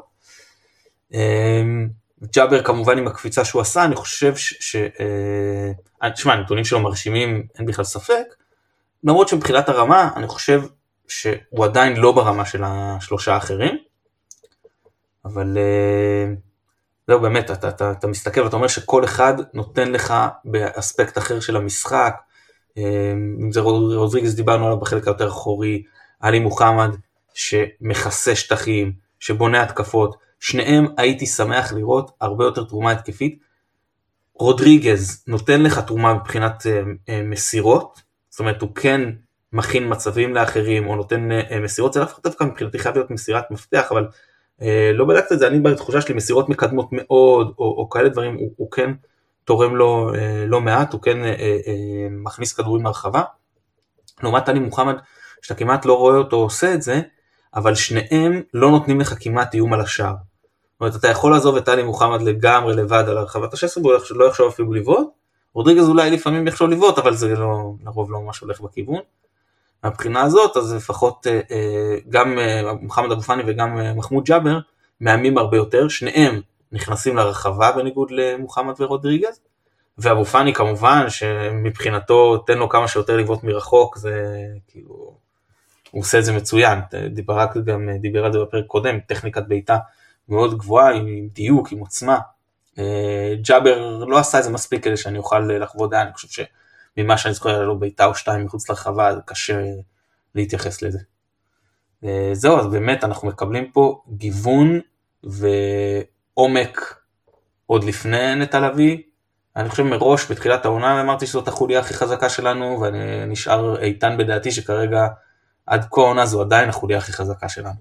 ג'אבר כמובן עם הקפיצה שהוא עשה, אני חושב ש... תשמע, הנתונים שלו מרשימים, אין בכלל ספק, למרות שמבחינת הרמה, אני חושב שהוא עדיין לא ברמה של השלושה האחרים, אבל זהו באמת, אתה, אתה, אתה מסתכל ואתה אומר שכל אחד נותן לך באספקט אחר של המשחק, אם זה רודריגז דיברנו עליו בחלק היותר אחורי, עלי מוחמד שמכסה שטחים, שבונה התקפות, שניהם הייתי שמח לראות הרבה יותר תרומה התקפית. רודריגז נותן לך תרומה מבחינת מסירות, זאת אומרת הוא כן מכין מצבים לאחרים, או נותן מסירות, זה לא דווקא מבחינתי חייב להיות מסירת מפתח, אבל לא בדקת את זה, אני בתחושה שלי מסירות מקדמות מאוד, או, או כאלה דברים, הוא, הוא כן תורם לו לא מעט, הוא כן מכניס כדורים מהרחבה, לעומת עלי מוחמד, שאתה כמעט לא רואה אותו עושה את זה, אבל שניהם לא נותנים לך כמעט איום על השער. זאת אומרת, אתה יכול לעזוב את עלי מוחמד לגמרי לבד על הרחבת ה-שש עשרה, והוא לא יחשוב אפילו לבעוט, רודריגז אולי לפעמים יחשוב לבעוט, אבל זה לא, לרוב לא ממש הולך בכיוון. מהבחינה הזאת, אז לפחות גם מוחמד אבו פאני וגם מחמוד ג'אבר, מאמים הרבה יותר, שניהם נכנסים לרחבה בניגוד למוחמד ורודריגז, ואבו פאני כמובן, שמבחינתו תן לו כמה שיותר לבעוט מרחוק, זה כאילו, הוא עושה את זה מצוין, דיבר, גם דיבר על זה בפרק קודם, טכניקת בעיטה מאוד גבוהה, עם דיוק, עם עוצמה, ג'אבר לא עשה את זה מספיק כדי שאני אוכל לחוות דעה, אני חושב שממה שאני זוכר לו בעיטה או שתיים מחוץ לרחבה, זה קשה להתייחס לזה. זהו, אז באמת אנחנו מקבלים פה גיוון ועומק עוד לפני נטע לביא, אני חושב מראש בתחילת העונה אמרתי שזאת החוליה הכי חזקה שלנו, ואני נשאר איתן בדעתי שכרגע עד כה העונה זו עדיין החוליה הכי חזקה שלנו.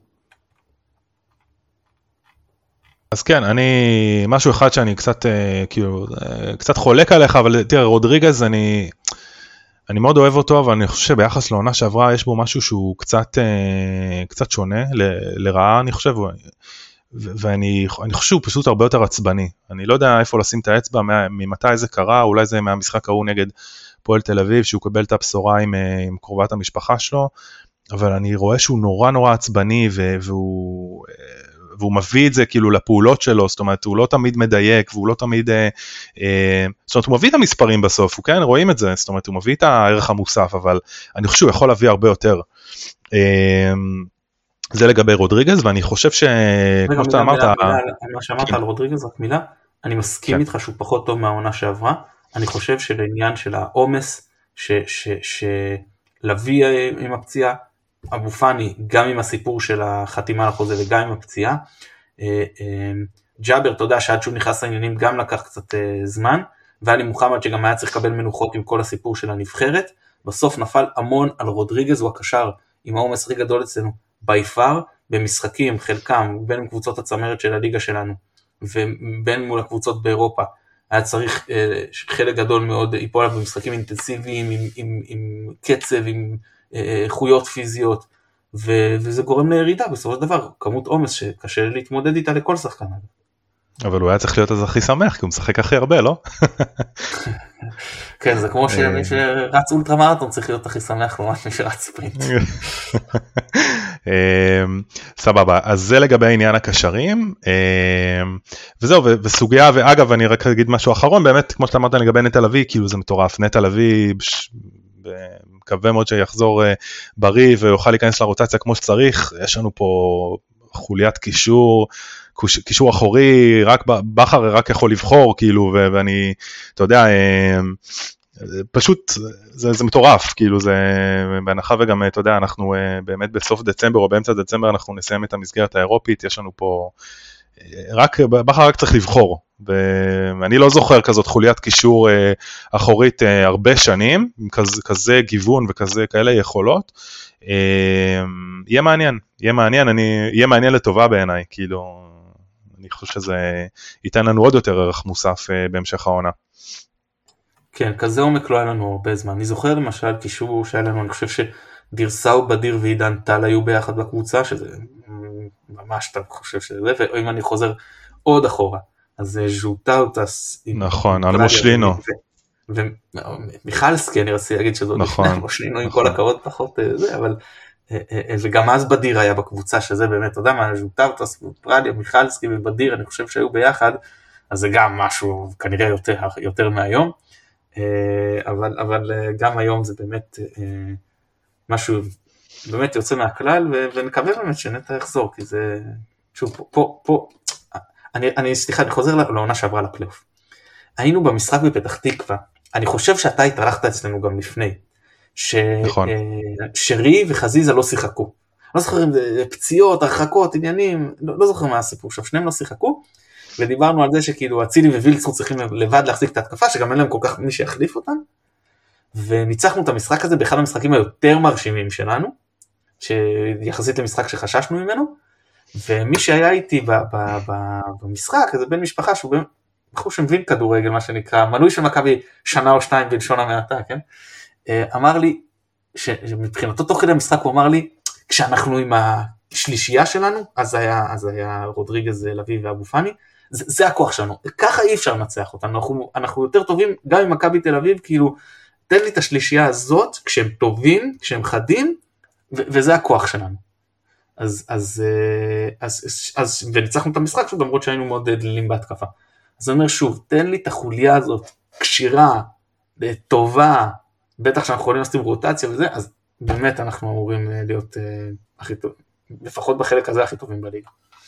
אז כן, אני, משהו אחד שאני קצת, כאילו, קצת חולק עליך, אבל תראה, רודריגז, אני, אני מאוד אוהב אותו, אבל אני חושב שביחס לעונה שעברה, יש בו משהו שהוא קצת, קצת שונה, ל, לרעה, אני חושב, ואני אני חושב שהוא פשוט הרבה יותר עצבני. אני לא יודע איפה לשים את האצבע, ממתי זה קרה, אולי זה מהמשחק ההוא נגד פועל תל אביב, שהוא קבל את הבשורה עם, עם קרובת המשפחה שלו, אבל אני רואה שהוא נורא נורא עצבני, והוא... והוא מביא את זה כאילו לפעולות שלו, זאת אומרת, הוא לא תמיד מדייק, והוא לא תמיד, אה, אה, זאת אומרת, הוא מביא את המספרים בסוף, הוא כן, רואים את זה, זאת אומרת, הוא מביא את הערך המוסף, אבל אני חושב שהוא יכול להביא הרבה יותר. אה, זה לגבי רודריגז, ואני חושב ש... כמו שאתה אמרת... מה שאמרת על רודריגז, רק מילה, אני מסכים איתך שהוא פחות טוב מהעונה שעברה, אני חושב שלעניין של העומס, שלוי עם הפציעה, אבו פאני, גם עם הסיפור של החתימה לחוזה וגם עם הפציעה, ג'אבר, אתה יודע שעד שהוא נכנס לעניינים גם לקח קצת זמן, ואלי מוחמד שגם היה צריך לקבל מנוחות עם כל הסיפור של הנבחרת, בסוף נפל המון על רודריגז, הוא הקשר עם העומס הכי גדול אצלנו, ביפר, במשחקים, חלקם, בין קבוצות הצמרת של הליגה שלנו, ובין מול הקבוצות באירופה, היה צריך חלק גדול מאוד, ייפול עליו במשחקים אינטנסיביים, עם, עם, עם קצב, עם איכויות פיזיות, ו- וזה גורם לירידה בסופו של דבר, כמות עומס שקשה להתמודד איתה לכל שחקן. אבל הוא היה צריך להיות אז הכי שמח, כי הוא משחק הכי הרבה, לא? כן, זה כמו שמי שרץ אולטרה מרתון צריך להיות הכי שמח לעומת מי שרץ ספרינט. סבבה, אז זה לגבי העניין הקשרים, וזהו, וסוגיה, ואגב, אני רק אגיד משהו אחרון, באמת, כמו שאתה אמרת לגבי נטע לביא, כאילו זה מטורף, נטע לביא, מקווה מאוד שיחזור בריא ויוכל להיכנס לרוטציה כמו שצריך, יש לנו פה חוליית קישור, קישור אחורי, רק בחר רק יכול לבחור, כאילו, ואני, אתה יודע, פשוט, זה, זה מטורף, כאילו, זה, בהנחה וגם, אתה יודע, אנחנו באמת בסוף דצמבר או באמצע דצמבר, אנחנו נסיים את המסגרת האירופית, יש לנו פה, רק, בחר רק צריך לבחור, ואני לא זוכר כזאת חוליית קישור אחורית הרבה שנים, עם כזה, כזה גיוון וכזה כאלה יכולות, יהיה מעניין, יהיה מעניין, אני, יהיה מעניין לטובה בעיניי, כאילו, אני חושב שזה ייתן לנו עוד יותר ערך מוסף בהמשך העונה. כן, כזה עומק לא היה לנו הרבה זמן, אני זוכר למשל קישור שהיה לנו, אני חושב שדירסאו בדיר ועידן טל היו ביחד בקבוצה, שזה ממש אתה חושב שזה, ואם אני חוזר עוד אחורה, אז ז'וטאוטס, נכון, על מושלינו, ומיכלסקי, אני רציתי להגיד שזו לפני מושלינו, עם כל הכבוד פחות זה, אבל, וגם אז בדיר היה בקבוצה, שזה באמת, אתה יודע מה, ז'וטאוטס, פרדיה, מיכלסקי ובדיר, אני חושב שהיו ביחד, אז זה גם משהו כנראה יותר, יותר מהיום, אבל, אבל גם היום זה באמת משהו באמת יוצא מהכלל, ונקווה באמת שנטע יחזור, כי זה, שוב, פה, פה, פה אני, אני, סליחה, אני חוזר לעונה שעברה לפלייאוף. היינו במשחק בפתח תקווה, אני חושב שאתה התארחת אצלנו גם לפני, ש, נכון. שרי וחזיזה לא שיחקו. לא זוכר אם זה פציעות, הרחקות, עניינים, לא, לא זוכר מה הסיפור, עכשיו שניהם לא שיחקו, ודיברנו על זה שכאילו אצילי ווילצחוט צריכים לבד להחזיק את ההתקפה, שגם אין להם כל כך מי שיחליף אותם, וניצחנו את המשחק הזה באחד המשחקים היותר מרשימים שלנו, שיחסית למשחק שחששנו ממנו, ומי שהיה איתי ב- ב- ב- במשחק, זה בן משפחה שהוא בחור שמבין כדורגל, מה שנקרא, מנוי של מכבי שנה או שתיים בלשון המעטה, כן? אמר לי, שמבחינתו תוך כדי המשחק הוא אמר לי, כשאנחנו עם השלישייה שלנו, אז היה, אז היה רודריגז, לביא ואבו פאני, זה, זה הכוח שלנו, ככה אי אפשר לנצח אותנו, אנחנו, אנחנו יותר טובים גם עם מכבי תל אביב, כאילו, תן לי את השלישייה הזאת, כשהם טובים, כשהם חדים, ו- וזה הכוח שלנו. אז, אז, אז, אז, אז, וניצחנו את המשחק, שוב, למרות שהיינו מאוד דלילים בהתקפה. אז אני אומר שוב, תן לי את החוליה הזאת, קשירה, טובה, בטח שאנחנו יכולים לעשות עם רוטציה וזה, אז באמת אנחנו אמורים להיות הכי טוב, לפחות בחלק הזה הכי טובים בליגה.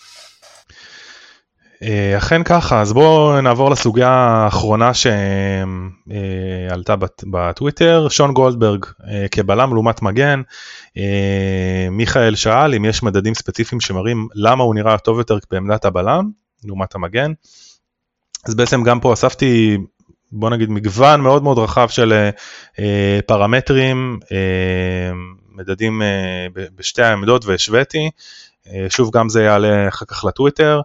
אכן ככה, אז בואו נעבור לסוגיה האחרונה שעלתה בטוויטר, שון גולדברג כבלם לעומת מגן, מיכאל שאל אם יש מדדים ספציפיים שמראים למה הוא נראה טוב יותר בעמדת הבלם לעומת המגן, אז בעצם גם פה אספתי, בוא נגיד, מגוון מאוד מאוד רחב של פרמטרים, המדדים בשתי העמדות והשוויתי, שוב גם זה יעלה אחר כך לטוויטר,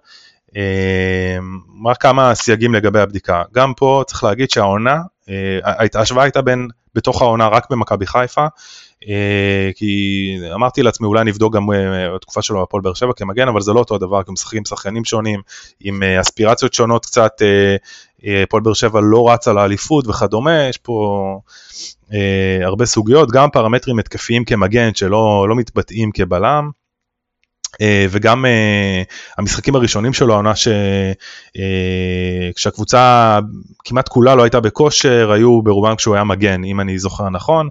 רק כמה סייגים לגבי הבדיקה. גם פה צריך להגיד שהעונה, ההשוואה הייתה בין, בתוך העונה רק במכבי חיפה, כי אמרתי לעצמי אולי נבדוק גם התקופה שלו בפועל באר שבע כמגן, אבל זה לא אותו הדבר, כי משחקים שחקנים שונים, עם אספירציות שונות קצת, הפועל באר שבע לא רץ על האליפות וכדומה, יש פה הרבה סוגיות, גם פרמטרים התקפיים כמגן שלא לא מתבטאים כבלם, וגם המשחקים הראשונים שלו, העונה כשהקבוצה כמעט כולה לא הייתה בכושר, היו ברובם כשהוא היה מגן, אם אני זוכר נכון,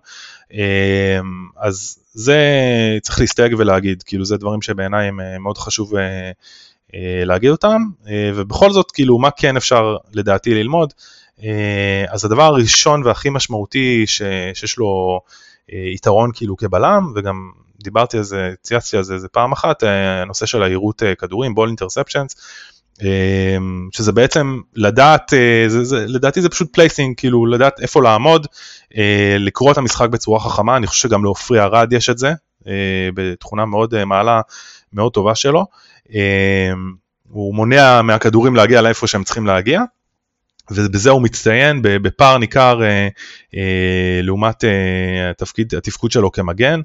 אז זה צריך להסתייג ולהגיד, כאילו זה דברים שבעיניי הם מאוד חשוב להגיד אותם, ובכל זאת כאילו מה כן אפשר לדעתי ללמוד, אז הדבר הראשון והכי משמעותי שיש לו יתרון כאילו כבלם, וגם דיברתי על זה, צייצתי על זה, זה פעם אחת, הנושא של העירות כדורים, בול אינטרספשנס, שזה בעצם לדעת, זה, זה, לדעתי זה פשוט פלייסינג, כאילו לדעת איפה לעמוד, לקרוא את המשחק בצורה חכמה, אני חושב שגם לעופרי ארד יש את זה, בתכונה מאוד מעלה, מאוד טובה שלו, הוא מונע מהכדורים להגיע לאיפה שהם צריכים להגיע, ובזה הוא מצטיין בפער ניכר לעומת התפקיד, התפקוד שלו כמגן,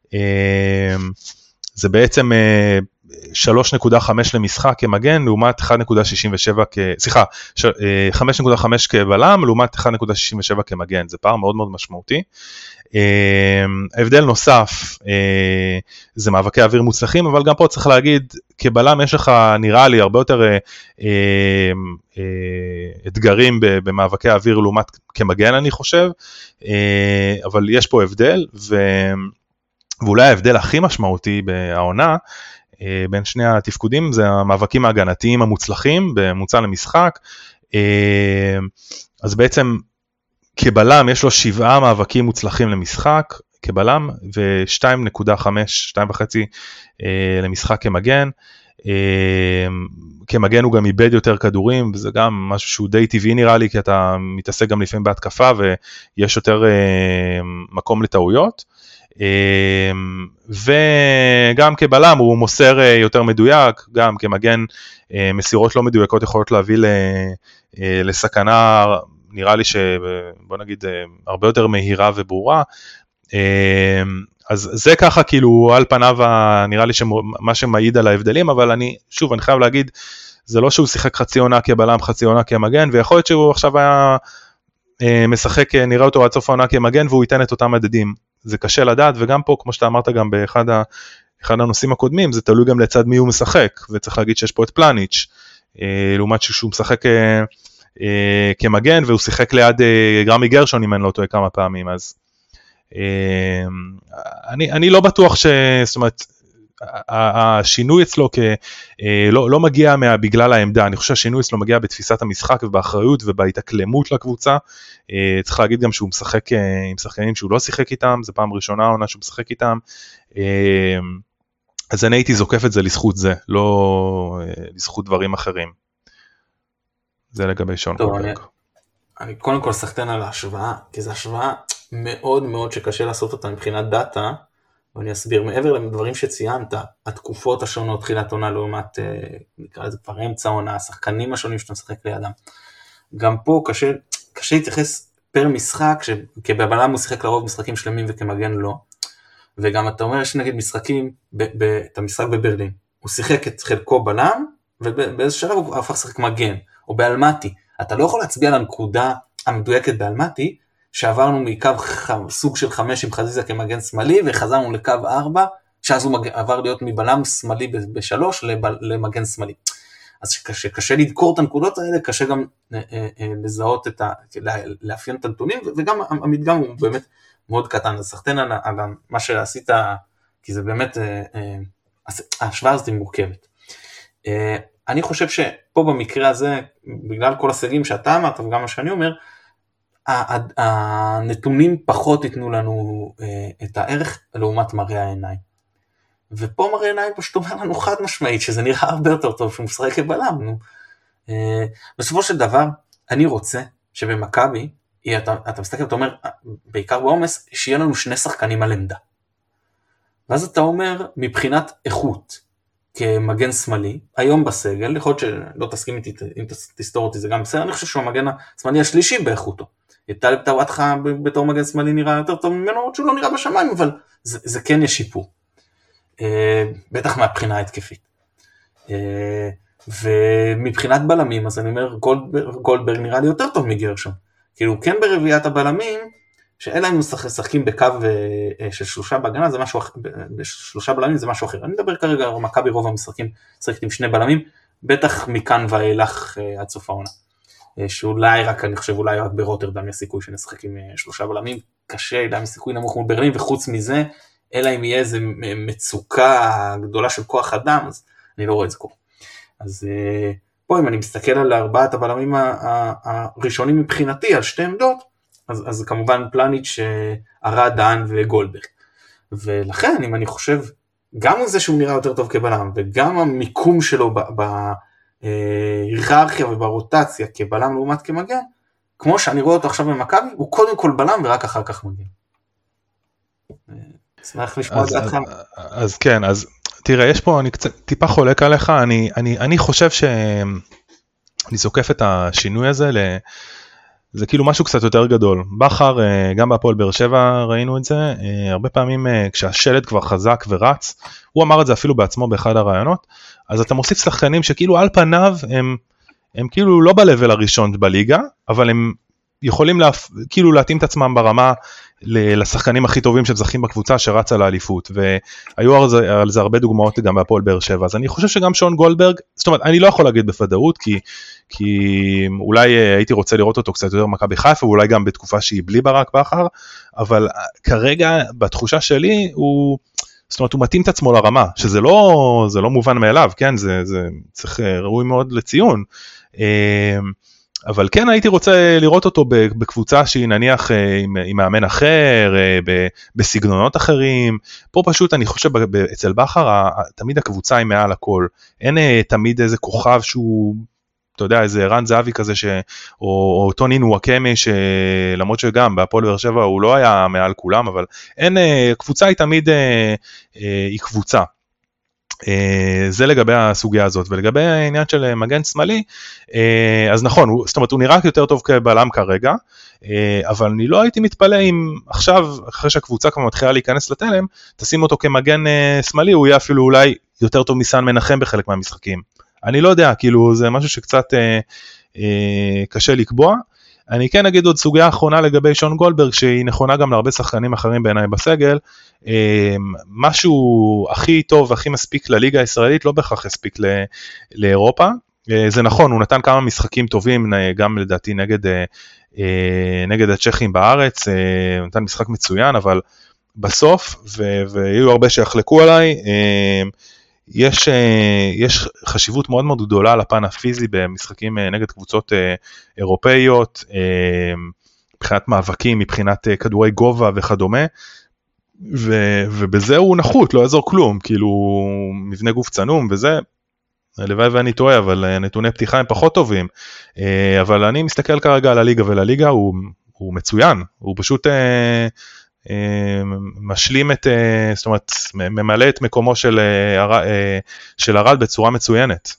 זה בעצם שלוש נקודה חמש למשחק כמגן, לעומת אחת נקודה שישים ושבע, סליחה, חמש נקודה חמש כבלם, לעומת אחת נקודה שישים ושבע כמגן, זה פער מאוד מאוד משמעותי. ההבדל נוסף, זה מאבקי אוויר מוצלחים, אבל גם פה צריך להגיד, כבלם יש לך נראה לי הרבה יותר אתגרים במאבקי אוויר לעומת כמגן אני חושב, אבל יש פה הבדל, ו... ואולי ההבדל הכי משמעותי בעונה, בין שני התפקודים, זה המאבקים ההגנתיים המוצלחים, בממוצע למשחק, אז בעצם כבלם יש לו שבעה מאבקים מוצלחים למשחק, כבלם, ו-שתיים נקודה חמש, שתיים וחצי למשחק כמגן, כמגן הוא גם איבד יותר כדורים, וזה גם משהו שהוא די טבעי נראה לי, כי אתה מתעסק גם לפעמים בהתקפה, ויש יותר מקום לטעויות, וגם כבלם הוא מוסר יותר מדויק, גם כמגן מסירות לא מדויקות יכולות להביא לסכנה, נראה לי שבוא נגיד הרבה יותר מהירה וברורה, אז זה ככה כאילו על פניו נראה לי מה שמעיד על ההבדלים, אבל אני שוב אני חייב להגיד, זה לא שהוא שיחק חצי עונה כבלם, חצי עונה כמגן, ויכול להיות שהוא עכשיו היה משחק, נראה אותו עד סוף העונה כמגן, והוא ייתן את אותם מדדים, זה קשה לדעת, וגם פה כמו שאתה אמרת גם באחד ה, אחד הנושאים הקודמים, זה תלוי גם לצד מי הוא משחק, וצריך להגיד שיש פה את פלניץ', לעומת שהוא משחק כמגן, והוא שיחק ליד גרמי גרשון, אם אני לא טועה כמה פעמים, אז אני, אני לא בטוח ש... זאת אומרת, השינוי אצלו כ... לא, לא מגיע מה... בגלל העמדה, אני חושב שהשינוי אצלו מגיע בתפיסת המשחק ובאחריות ובהתאקלמות לקבוצה, צריך להגיד גם שהוא משחק עם שחקנים שהוא לא שיחק איתם, זה פעם ראשונה עונה שהוא משחק איתם, אז אני הייתי זוקף את זה לזכות זה, לא לזכות דברים אחרים. זה לגבי שון קולברג. אני קודם כל סחטן על ההשוואה, כי זו השוואה מאוד מאוד שקשה לעשות אותה מבחינת דאטה, ואני אסביר מעבר לדברים שציינת, התקופות השונות, תחילת עונה לעומת, נקרא לזה כבר אמצע עונה, השחקנים השונים שאתה משחק לידם. גם פה קשה, קשה להתייחס פר משחק, שכבבלם הוא שיחק לרוב משחקים שלמים וכמגן לא, וגם אתה אומר שנגיד משחקים, ב, ב, את המשחק בברלין, הוא שיחק את חלקו בלם, ובאיזה שלב הוא הפך לשחק מגן, או באלמטי. אתה לא יכול להצביע על הנקודה המדויקת באלמטי, שעברנו מקו סוג של חמש עם חזיזה כמגן שמאלי, וחזרנו לקו ארבע, שאז הוא עבר להיות מבלם שמאלי בשלוש למגן שמאלי. אז קשה, קשה לדקור את הנקודות האלה, קשה גם לזהות את ה... לאפיין את הנתונים, וגם המדגם הוא באמת מאוד קטן, אז סחטן על, על מה שעשית, כי זה באמת, ההשוואה הזאת היא מורכבת. אני חושב שפה במקרה הזה, בגלל כל הסייגים שאתה אמרת, וגם מה שאני אומר, הנתונים פחות ייתנו לנו את הערך לעומת מראה העיניים. ופה מראה העיניים פשוט אומר לנו חד משמעית, שזה נראה הרבה יותר טוב שהוא משחק כבלם. בסופו של דבר, אני רוצה שבמכבי, אתה, אתה מסתכל, אתה אומר, בעיקר בעומס, שיהיה לנו שני שחקנים על עמדה. ואז אתה אומר, מבחינת איכות, כמגן שמאלי, היום בסגל, יכול להיות שלא תסכים איתי, אם תסתור אותי זה גם בסדר, אני חושב שהוא המגן השמאלי השלישי באיכותו. טלב טוואטחה בתור מגן שמאלי נראה יותר טוב ממנו, עוד שהוא לא נראה בשמיים, אבל זה, זה כן יש שיפור. בטח מהבחינה ההתקפית. ומבחינת בלמים, אז אני אומר, גולדברג, גולדברג נראה לי יותר טוב מגרשון. כאילו, כן ברביעת הבלמים, שאלה אם משחקים בקו של שלושה בהגנה, זה משהו אחר, בשלושה בלמים זה משהו אחר. אני מדבר כרגע על מכבי רוב המשחקים, משחקת עם שני בלמים, בטח מכאן ואילך עד סוף העונה. שאולי רק, אני חושב, אולי רק ברוטרדם יש סיכוי שנשחק עם שלושה בלמים, קשה, אולי סיכוי נמוך מול ברלין, וחוץ מזה, אלא אם יהיה איזו מצוקה גדולה של כוח אדם, אז אני לא רואה את זה קורה. אז פה אם אני מסתכל על ארבעת הבלמים הראשונים מבחינתי, על שתי עמדות, אז, אז כמובן פלניץ', ארד, דהן וגולדברג. ולכן, אם אני חושב, גם על זה שהוא נראה יותר טוב כבלם, וגם המיקום שלו בהיררכיה וברוטציה כבלם לעומת כמגן, כמו שאני רואה אותו עכשיו במכבי, הוא קודם כל בלם ורק אחר כך מגן. אשמח לשמוע את דעתך. אז כן, אז תראה, יש פה, אני קצת טיפה חולק עליך, אני, אני, אני חושב שאני זוקף את השינוי הזה ל... זה כאילו משהו קצת יותר גדול. בחר, גם בהפועל באר שבע ראינו את זה, הרבה פעמים כשהשלד כבר חזק ורץ, הוא אמר את זה אפילו בעצמו באחד הרעיונות, אז אתה מוסיף שחקנים שכאילו על פניו הם, הם כאילו לא בלבל הראשון בליגה, אבל הם יכולים לה, כאילו להתאים את עצמם ברמה לשחקנים הכי טובים שזכים בקבוצה שרצה לאליפות, והיו על זה, על זה הרבה דוגמאות גם בהפועל באר שבע, אז אני חושב שגם שון גולדברג, זאת אומרת, אני לא יכול להגיד בוודאות, כי, כי אולי הייתי רוצה לראות אותו קצת יותר מכבי חיפה, ואולי גם בתקופה שהיא בלי ברק בכר, אבל כרגע בתחושה שלי הוא, זאת אומרת, הוא מתאים את עצמו לרמה, שזה לא, זה לא מובן מאליו, כן, זה, זה צריך ראוי מאוד לציון, אבל כן הייתי רוצה לראות אותו בקבוצה שהיא נניח עם, עם מאמן אחר, בסגנונות אחרים, פה פשוט אני חושב אצל בכר, תמיד הקבוצה היא מעל הכל, אין תמיד איזה כוכב שהוא, אתה יודע, איזה רן זהבי כזה, ש, או, או טוני נוואקמה, שלמרות שגם בהפועל באר שבע הוא לא היה מעל כולם, אבל אין, קבוצה היא תמיד, היא קבוצה. זה לגבי הסוגיה הזאת, ולגבי העניין של מגן שמאלי, אז נכון, זאת אומרת, הוא נראה יותר טוב כבלם כרגע, אבל אני לא הייתי מתפלא אם עכשיו, אחרי שהקבוצה כבר מתחילה להיכנס לתלם, תשים אותו כמגן שמאלי, הוא יהיה אפילו אולי יותר טוב מסן מנחם בחלק מהמשחקים. אני לא יודע, כאילו זה משהו שקצת קשה לקבוע. אני כן אגיד עוד סוגיה האחרונה לגבי שון גולדברג, שהיא נכונה גם להרבה שחקנים אחרים בעיניי בסגל, משהו הכי טוב והכי מספיק לליגה הישראלית, לא בהכרח הספיק לאירופה, זה נכון, הוא נתן כמה משחקים טובים, גם לדעתי נגד, נגד הצ'כים בארץ, הוא נתן משחק מצוין, אבל בסוף, ויהיו הרבה שיחלקו עליי, יש, יש חשיבות מאוד מאוד גדולה לפן הפיזי במשחקים נגד קבוצות אירופאיות, מבחינת מאבקים, מבחינת כדורי גובה וכדומה, ו, ובזה הוא נחות, לא יעזור כלום, כאילו מבנה גוף צנום וזה, הלוואי ואני טועה, אבל נתוני פתיחה הם פחות טובים, אבל אני מסתכל כרגע על הליגה ולליגה, הוא, הוא מצוין, הוא פשוט משלים את, זאת אומרת, ממלא את מקומו של, של ארד בצורה מצוינת.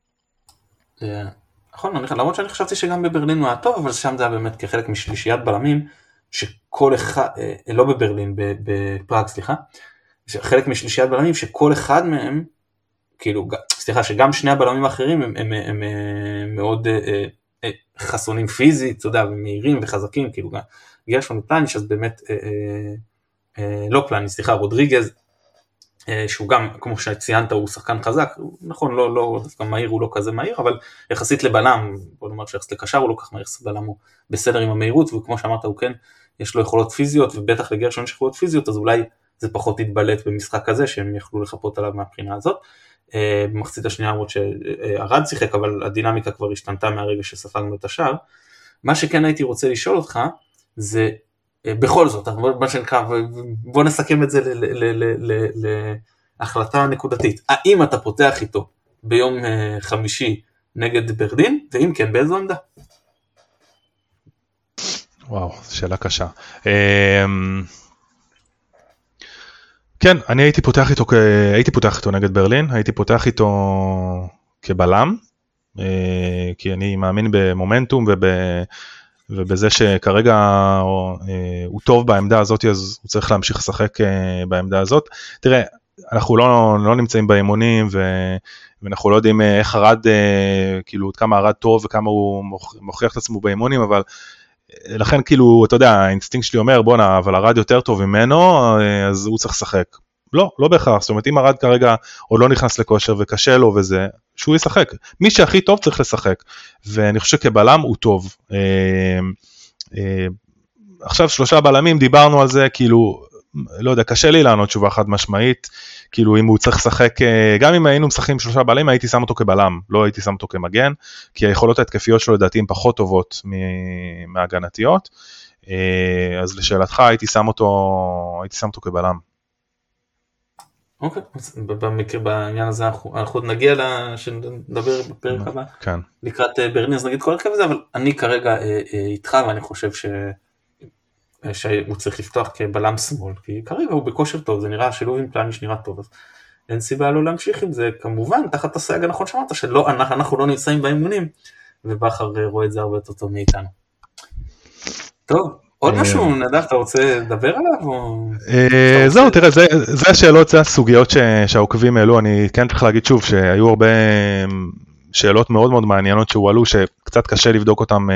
נכון, למרות שאני חשבתי שגם בברלין הוא היה טוב, אבל שם זה היה באמת כחלק משלישיית בלמים, שכל אחד, לא בברלין, בפראג, סליחה, חלק משלישיית בלמים, שכל אחד מהם, כאילו, סליחה, שגם שני הבלמים האחרים הם, הם, הם, הם מאוד חסונים פיזית, אתה יודע, ומהירים וחזקים, כאילו, גרשון ופלניץ', אז באמת, אה, אה, לא פלניץ', סליחה, רודריגז, אה, שהוא גם, כמו שציינת, הוא שחקן חזק, נכון, לא, לא, דווקא מהיר הוא לא כזה מהיר, אבל יחסית לבלם, בוא נאמר שיחסית לקשר הוא לא כך מהיר, בלם הוא בסדר עם המהירות, וכמו שאמרת, הוא כן, יש לו יכולות פיזיות, ובטח לגרשון יש יכולות פיזיות, אז אולי זה פחות יתבלט במשחק הזה, שהם יכלו לחפות עליו מהבחינה הזאת. אה, במחצית השנייה, למרות שארד שיחק, אבל הדינמיקה כבר השתנתה מהרגע שספגנו את השער. מה שכן הייתי רוצה לשאול אותך, זה בכל זאת, מה שנקרא, בוא נסכם את זה להחלטה נקודתית. האם אתה פותח איתו ביום חמישי נגד ברלין, ואם כן, באיזו עמדה? וואו, שאלה קשה. כן, אני הייתי פותח איתו, הייתי פותח איתו נגד ברלין, הייתי פותח איתו כבלם, כי אני מאמין במומנטום וב... ובזה שכרגע הוא טוב בעמדה הזאת, אז הוא צריך להמשיך לשחק בעמדה הזאת. תראה, אנחנו לא, לא נמצאים באימונים, ו... ואנחנו לא יודעים איך הרד, כאילו, כמה הרד טוב וכמה הוא מוכיח את עצמו באימונים, אבל לכן כאילו, אתה יודע, האינסטינקט שלי אומר, בוא נה, אבל הרד יותר טוב ממנו, אז הוא צריך לשחק. לא, לא בהכרח, זאת אומרת, אם הרד כרגע עוד לא נכנס לכושר וקשה לו וזה, שהוא ישחק. מי שהכי טוב צריך לשחק, ואני חושב שכבלם הוא טוב. עכשיו שלושה בלמים, דיברנו על זה, כאילו, לא יודע, קשה לי לענות תשובה חד משמעית, כאילו אם הוא צריך לשחק, גם אם היינו משחקים שלושה בלמים, הייתי שם אותו כבלם, לא הייתי שם אותו כמגן, כי היכולות ההתקפיות שלו לדעתי הן פחות טובות מהגנתיות, אז לשאלתך הייתי שם אותו, הייתי שם אותו כבלם. אוקיי, במקרה, בעניין הזה אנחנו עוד נגיע שנדבר בפרק הבא, לקראת ברלין, אז נגיד כל הרכב הזה, אבל אני כרגע איתך, ואני חושב ש... שהוא צריך לפתוח כבלם שמאל, כי כרגע הוא בכושר טוב, זה נראה שילוב עם פלניץ' נראה טוב, אז אין סיבה לא להמשיך עם זה, כמובן, תחת הסייג הנכון שאמרת, שלא, אנחנו לא נמצאים באימונים, ובכר רואה את זה הרבה יותר טוב מאיתנו. טוב, עוד משהו, נדב, אתה רוצה לדבר עליו? זהו, תראה, זה השאלות, זה הסוגיות שהעוקבים העלו, אני כן צריך להגיד שוב, שהיו הרבה שאלות מאוד מאוד מעניינות שהועלו, שקצת קשה לבדוק אותם,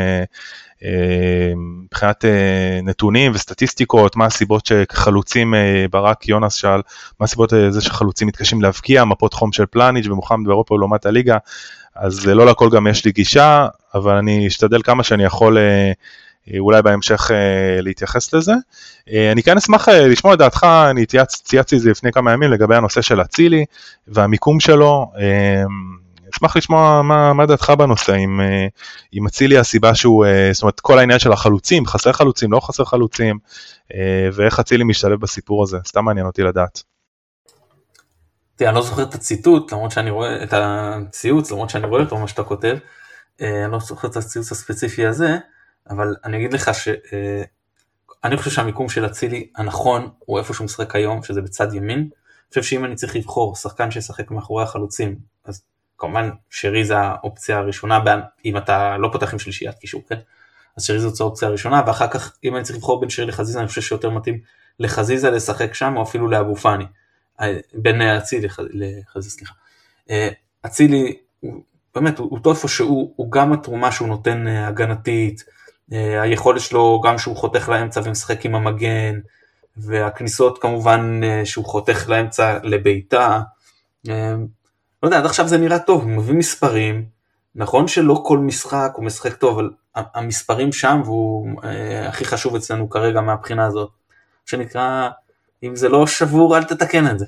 מבחינת נתונים וסטטיסטיקות, מה הסיבות שחלוצים, ברק יונס שאל, מה הסיבות זה שחלוצים מתקשים להבקיע, מפות חום של פלניץ' ומוחמד באירופה ולעומת הליגה, אז לא לכל גם יש לי גישה, אבל אני אשתדל כמה שאני יכול אולי בהמשך להתייחס לזה. אני כן אשמח לשמוע את דעתך, אני צייצתי את זה לפני כמה ימים לגבי הנושא של אצילי והמיקום שלו, אשמח לשמוע מה, מה דעתך בנושא, אם, אם אצילי הסיבה שהוא, זאת אומרת, כל העניין של החלוצים, חסר חלוצים, לא חסר חלוצים, ואיך אצילי משתלב בסיפור הזה, סתם מעניין אותי לדעת. תראה, אני לא זוכר את הציטוט, למרות שאני רואה, את הציוץ, למרות שאני רואה אותו, מה שאתה כותב, אני לא זוכר את הציוץ הספציפי הזה, אבל אני אגיד לך ש... אני חושב שהמיקום של אצילי הנכון, הוא איפה שהוא משחק היום, שזה בצד ימין, אני חושב שאם אני צריך לבחור שחקן שישחק מאחורי החלוצים, אז כמובן שרי זה האופציה הראשונה, אם אתה לא פותח עם שלישיית קישור, כן? אז שרי זאת האופציה הראשונה, ואחר כך אם אני צריך לבחור בין שרי לחזיזה, אני חושב שיותר מתאים לחזיזה לשחק שם, או אפילו לאבו פאני, בין אצילי לחזיזה, סליחה. אצילי, באמת, הוא טוב איפה שהוא, הוא גם התרומה שהוא נותן הגנתית, היכולת שלו גם שהוא חותך לאמצע ומשחק עם המגן, והכניסות כמובן שהוא חותך לאמצע לביתה, לא יודע, עד עכשיו זה נראה טוב, הוא מביא מספרים, נכון שלא כל משחק הוא משחק טוב, אבל המספרים שם, והוא הכי חשוב אצלנו כרגע מהבחינה הזאת, שנקרא, אם זה לא שבור, אל תתקן את זה.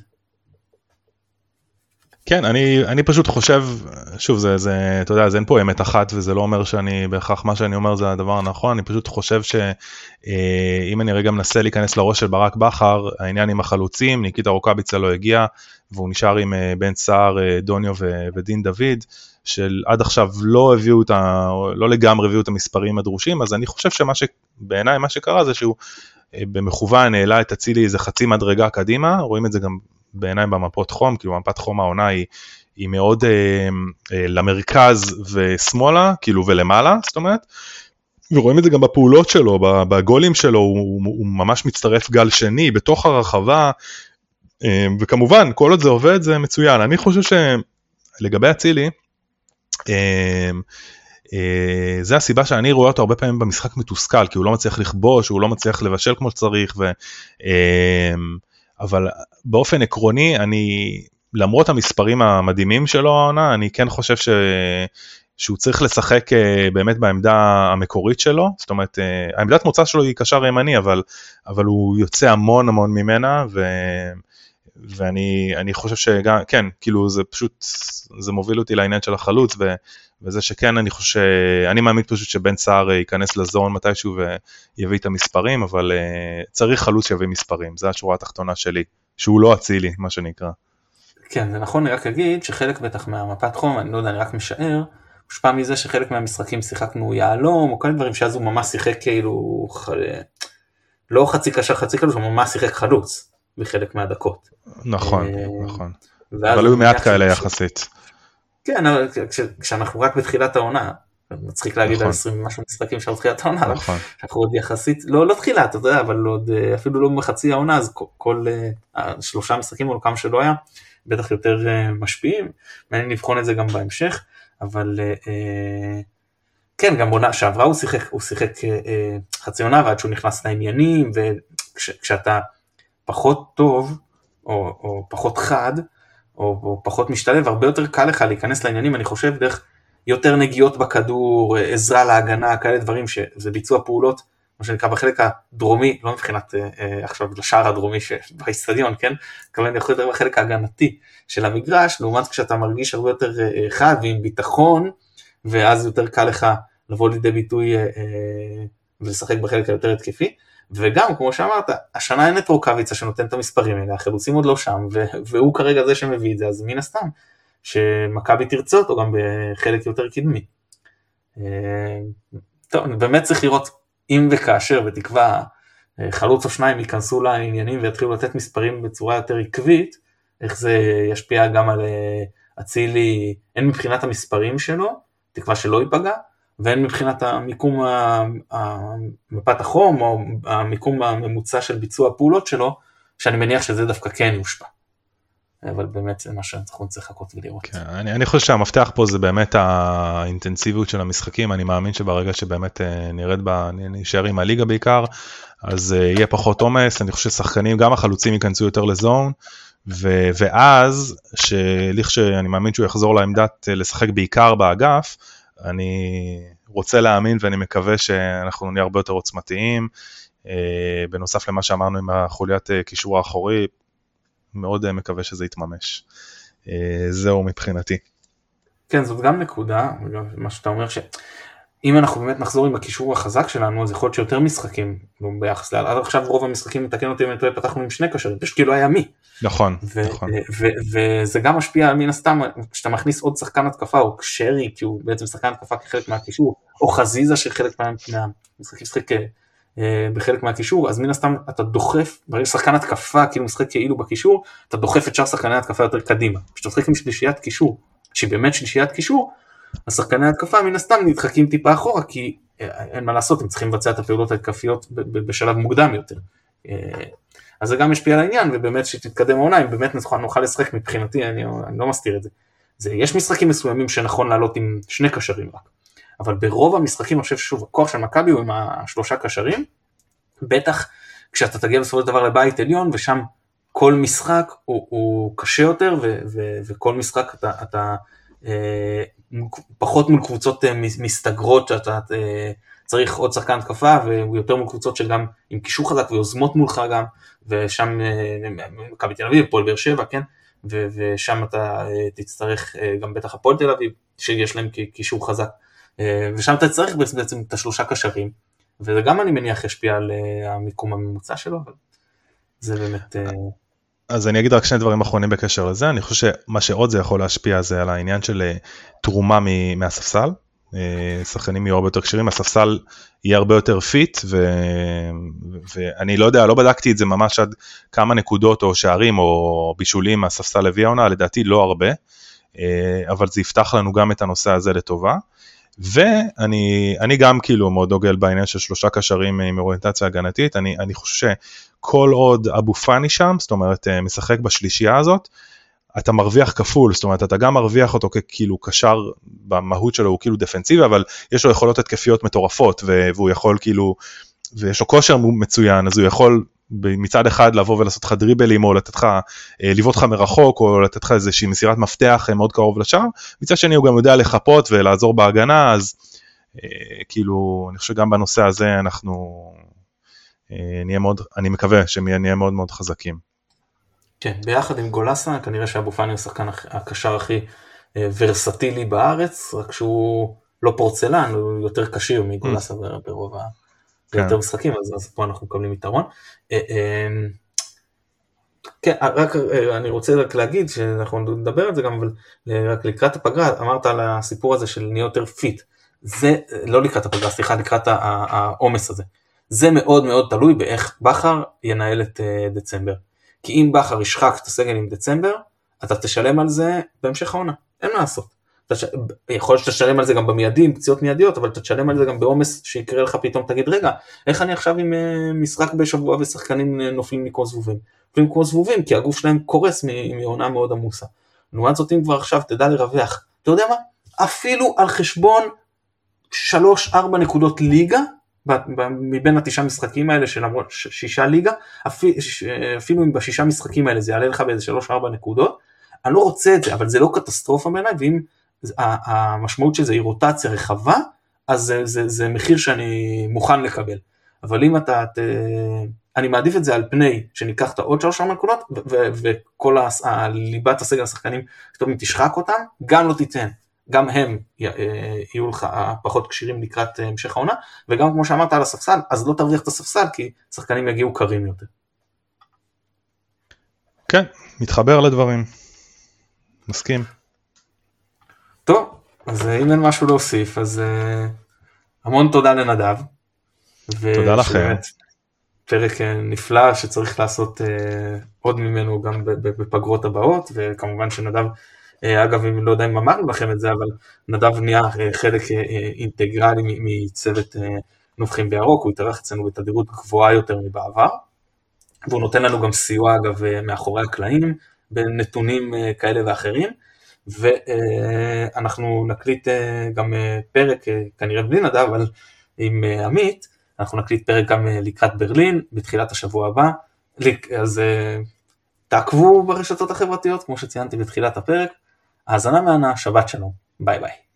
כן, אני, אני פשוט חושב, שוב, זה, זה, אתה יודע, זה אין פה אמת אחת, וזה לא אומר שאני, בהכרח מה שאני אומר זה הדבר הנכון, אני פשוט חושב שאם אני רגע מנסה להיכנס לראש של ברק בכר, העניין עם החלוצים, ניקיטה רוקאביצה לא הגיע, והוא נשאר עם בן סער, דוניו ודין דוד, של עד עכשיו לא הביאו את ה, לא לגמרי הביאו את המספרים הדרושים, אז אני חושב שמה שבעיניי מה שקרה זה שהוא במכוון העלה את אצילי איזה חצי מדרגה קדימה, רואים את זה גם בעיניי במפות חום, כאילו מפת חום העונה היא, היא מאוד אה, אה, למרכז ושמאלה, כאילו ולמעלה, זאת אומרת, ורואים את זה גם בפעולות שלו, בגולים שלו, הוא, הוא ממש מצטרף גל שני בתוך הרחבה, אה, וכמובן, כל עוד זה עובד, זה מצוין. אני חושב שלגבי אצילי, אה, אה, זה הסיבה שאני רואה אותו הרבה פעמים במשחק מתוסכל, כי הוא לא מצליח לכבוש, הוא לא מצליח לבשל כמו שצריך, ו... אה, אבל באופן עקרוני, אני, למרות המספרים המדהימים שלו העונה, אני כן חושב ש... שהוא צריך לשחק באמת בעמדה המקורית שלו, זאת אומרת, העמדת מוצא שלו היא קשר ימני, אבל, אבל הוא יוצא המון המון ממנה, ו... ואני אני חושב שגם, כן, כאילו זה פשוט, זה מוביל אותי לעניין של החלוץ, ו... וזה שכן, אני חושב, אני מאמין פשוט שבן סער ייכנס לזון מתישהו ויביא את המספרים, אבל uh, צריך חלוץ שיביא מספרים, זה השורה התחתונה שלי, שהוא לא אצילי, מה שנקרא. כן, זה נכון, אני רק אגיד שחלק בטח מהמפת חום, אני לא יודע, אני רק משער, הושפע מזה שחלק מהמשחקים שיחקנו יעלום, או כל דברים שאז הוא ממש שיחק כאילו, לא חצי קשר, חצי חלוץ, הוא ממש שיחק חלוץ. בחלק מהדקות. נכון, נכון. אבל היו מעט כאלה יחסית. כן, אבל כשאנחנו רק בתחילת העונה, מצחיק להגיד על עשרים משהו משחקים של תחילת העונה, אנחנו עוד יחסית, לא תחילה, אתה יודע, אבל אפילו לא בחצי העונה, אז כל שלושה משחקים או כמה שלא היה, בטח יותר משפיעים, מעניין לבחון את זה גם בהמשך, אבל כן, גם בעונה שעברה הוא שיחק, הוא שיחק חצי עונה, ועד שהוא נכנס לעניינים, וכשאתה פחות טוב, או פחות חד, או פחות משתלב, הרבה יותר קל לך להיכנס לעניינים, אני חושב, דרך יותר נגיעות בכדור, עזרה להגנה, כאלה דברים שזה ביצוע פעולות, מה שנקרא בחלק הדרומי, לא מבחינת עכשיו לשער הדרומי באצטדיון, כן? כמובן יכול יותר בחלק ההגנתי של המגרש, לעומת כשאתה מרגיש הרבה יותר חד ועם ביטחון, ואז יותר קל לך לבוא לידי ביטוי ולשחק בחלק היותר התקפי, וגם, כמו שאמרת, השנה אין את רוקאביצה שנותן את המספרים האלה, החלוצים עוד לא שם, והוא כרגע זה שמביא את זה, אז מן הסתם, שמכבי תרצה אותו גם בחלק יותר קדמי. טוב, באמת צריך לראות אם וכאשר, בתקווה, חלוץ או שניים ייכנסו לעניינים ויתחילו לתת מספרים בצורה יותר עקבית, איך זה ישפיע גם על אצילי, הן מבחינת המספרים שלו, תקווה שלא ייפגע, והן מבחינת המיקום, מפת החום, או המיקום הממוצע של ביצוע הפעולות שלו, שאני מניח שזה דווקא כן יושפע. אבל באמת זה מה שאנחנו צריך לחכות ולראות. כן, אני, אני חושב שהמפתח פה זה באמת האינטנסיביות של המשחקים, אני מאמין שברגע שבאמת נרד בה, נשאר עם הליגה בעיקר, אז יהיה פחות עומס, אני חושב ששחקנים, גם החלוצים ייכנסו יותר לזון, ו, ואז, שליך שאני מאמין שהוא יחזור לעמדת לשחק בעיקר באגף, אני רוצה להאמין ואני מקווה שאנחנו נהיה הרבה יותר עוצמתיים, בנוסף למה שאמרנו עם החוליית קישור האחורי, מאוד מקווה שזה יתממש. זהו מבחינתי. כן, זאת גם נקודה, מה שאתה אומר שאם אנחנו באמת נחזור עם הקישור החזק שלנו, אז יכול להיות שיותר משחקים, ביחס לעד עכשיו רוב המשחקים, מתקן אותי אם אני פתחנו עם שני קשרים, פשוט כאילו היה מי. נכון, נכון. וזה גם משפיע מן הסתם, כשאתה מכניס עוד שחקן התקפה, או קשרי, כי הוא בעצם שחקן התקפה כחלק מהקישור, או חזיזה שחלק מהמשחקים שחק בחלק מהקישור, אז מן הסתם אתה דוחף, ברגע ששחקן התקפה, כאילו משחק כאילו בקישור, אתה דוחף את שאר שחקני התקפה יותר קדימה. כשאתה משחק עם שלישיית קישור, שהיא באמת שלישיית קישור, השחקני התקפה מן הסתם נדחקים טיפה אחורה, כי אין מה לעשות, הם צריכים לבצע את הפעולות ההתקפיות בשלב מוקדם יותר. אז זה גם משפיע על העניין, ובאמת שתתקדם העונה, אם באמת נוכל לשחק מבחינתי, אני, אני לא מסתיר את זה. זה. יש משחקים מסוימים שנכון לעלות עם שני קשרים רק, אבל ברוב המשחקים אני חושב שוב, הכוח של מכבי הוא עם השלושה קשרים, בטח כשאתה תגיע בסופו של דבר לבית עליון, ושם כל משחק הוא, הוא קשה יותר, ו, ו, וכל משחק אתה, אתה אה, פחות מול קבוצות אה, מסתגרות, שאתה אה, צריך עוד שחקן התקפה, והוא יותר מול קבוצות שגם עם קישור חזק ויוזמות מולך גם, ושם מכבי תל אביב, פועל באר שבע, כן? ו- ושם אתה תצטרך גם בטח הפועל תל אביב, שיש להם קישור חזק, ושם אתה צריך בעצם את השלושה קשרים, וזה גם אני מניח ישפיע על המיקום הממוצע שלו, אבל זה באמת... אז אני אגיד רק שני דברים אחרונים בקשר לזה, אני חושב שמה שעוד זה יכול להשפיע זה על העניין של תרומה מהספסל, שחקנים יהיו הרבה יותר קשרים, הספסל יהיה הרבה יותר פיט, ו... ואני לא יודע, לא בדקתי את זה ממש עד כמה נקודות או שערים או בישולים מהספסל הביא העונה, לדעתי לא הרבה, אבל זה יפתח לנו גם את הנושא הזה לטובה, ואני אני גם כאילו מאוד דוגל בעניין של שלושה קשרים עם אוריינטציה הגנתית, אני, אני חושב שכל עוד אבו פאני שם, זאת אומרת משחק בשלישייה הזאת, אתה מרוויח כפול, זאת אומרת, אתה גם מרוויח אותו כאילו קשר במהות שלו, הוא כאילו דפנסיבי, אבל יש לו יכולות התקפיות מטורפות, והוא יכול כאילו, ויש לו כושר מצוין, אז הוא יכול מצד אחד לבוא ולעשות לך דריבלים, או לתת לך, לבעוט לך מרחוק, או לתת לך איזושהי מסירת מפתח מאוד קרוב לשער, מצד שני הוא גם יודע לחפות ולעזור בהגנה, אז כאילו, אני חושב שגם בנושא הזה אנחנו נהיה מאוד, אני מקווה שנהיה מאוד מאוד חזקים. כן, ביחד עם גולסה, כנראה שאבו פאני הוא שחקן הקשר הכי ורסטילי בארץ, רק שהוא לא פורצלן, הוא יותר קשיר מגולסה ברוב היותר משחקים, אז פה אנחנו מקבלים יתרון. כן, רק אני רוצה רק להגיד, שאנחנו נדבר על זה גם, אבל רק לקראת הפגרה, אמרת על הסיפור הזה של נהיה יותר פיט, זה לא לקראת הפגרה, סליחה, לקראת העומס הזה, זה מאוד מאוד תלוי באיך בכר ינהל את דצמבר. כי אם בכר ישחק את הסגל עם דצמבר, אתה תשלם על זה בהמשך העונה, אין מה לעשות. ש... יכול להיות שתשלם על זה גם במיידי, עם פציעות מיידיות, אבל אתה תשלם על זה גם בעומס שיקרה לך פתאום, תגיד, רגע, איך אני עכשיו עם משחק בשבוע ושחקנים נופלים כמו זבובים? נופלים כמו זבובים, כי הגוף שלהם קורס מעונה מאוד עמוסה. לעומת זאת, אם כבר עכשיו תדע לרווח, אתה יודע מה? אפילו על חשבון שלוש ארבע נקודות ליגה, מבין התשעה משחקים האלה של שישה ליגה, אפילו אם בשישה משחקים האלה זה יעלה לך באיזה שלוש ארבע נקודות, אני לא רוצה את זה, אבל זה לא קטסטרופה בעיניי, ואם המשמעות של זה היא רוטציה רחבה, אז זה, זה, זה מחיר שאני מוכן לקבל. אבל אם אתה, ת... אני מעדיף את זה על פני, שניקח את עוד שלוש ארבע נקודות, וכל ליבת הסגל השחקנים, אם תשחק אותם, גם לא תיתן. גם הם יהיו לך פחות קשירים לקראת המשך העונה, וגם כמו שאמרת על הספסל, אז לא תרוויח את הספסל, כי שחקנים יגיעו קרים יותר. כן, מתחבר לדברים. מסכים. טוב, אז אם אין משהו להוסיף, אז המון תודה לנדב. תודה לכם. פרק נפלא שצריך לעשות עוד ממנו גם בפגרות הבאות, וכמובן שנדב, אגב, אם לא יודע אם אמרנו לכם את זה, אבל נדב נהיה חלק אינטגרלי מצוות נובחים בירוק, הוא התארח אצלנו בתדירות גבוהה יותר מבעבר, והוא נותן לנו גם סיוע, אגב, מאחורי הקלעים, בנתונים כאלה ואחרים, ואנחנו נקליט גם פרק, כנראה בלי נדב, אבל עם עמית, אנחנו נקליט פרק גם לקראת ברלין, בתחילת השבוע הבא, אז תעקבו ברשתות החברתיות, כמו שציינתי בתחילת הפרק, האזנה מהנה, שבת שלום, ביי ביי.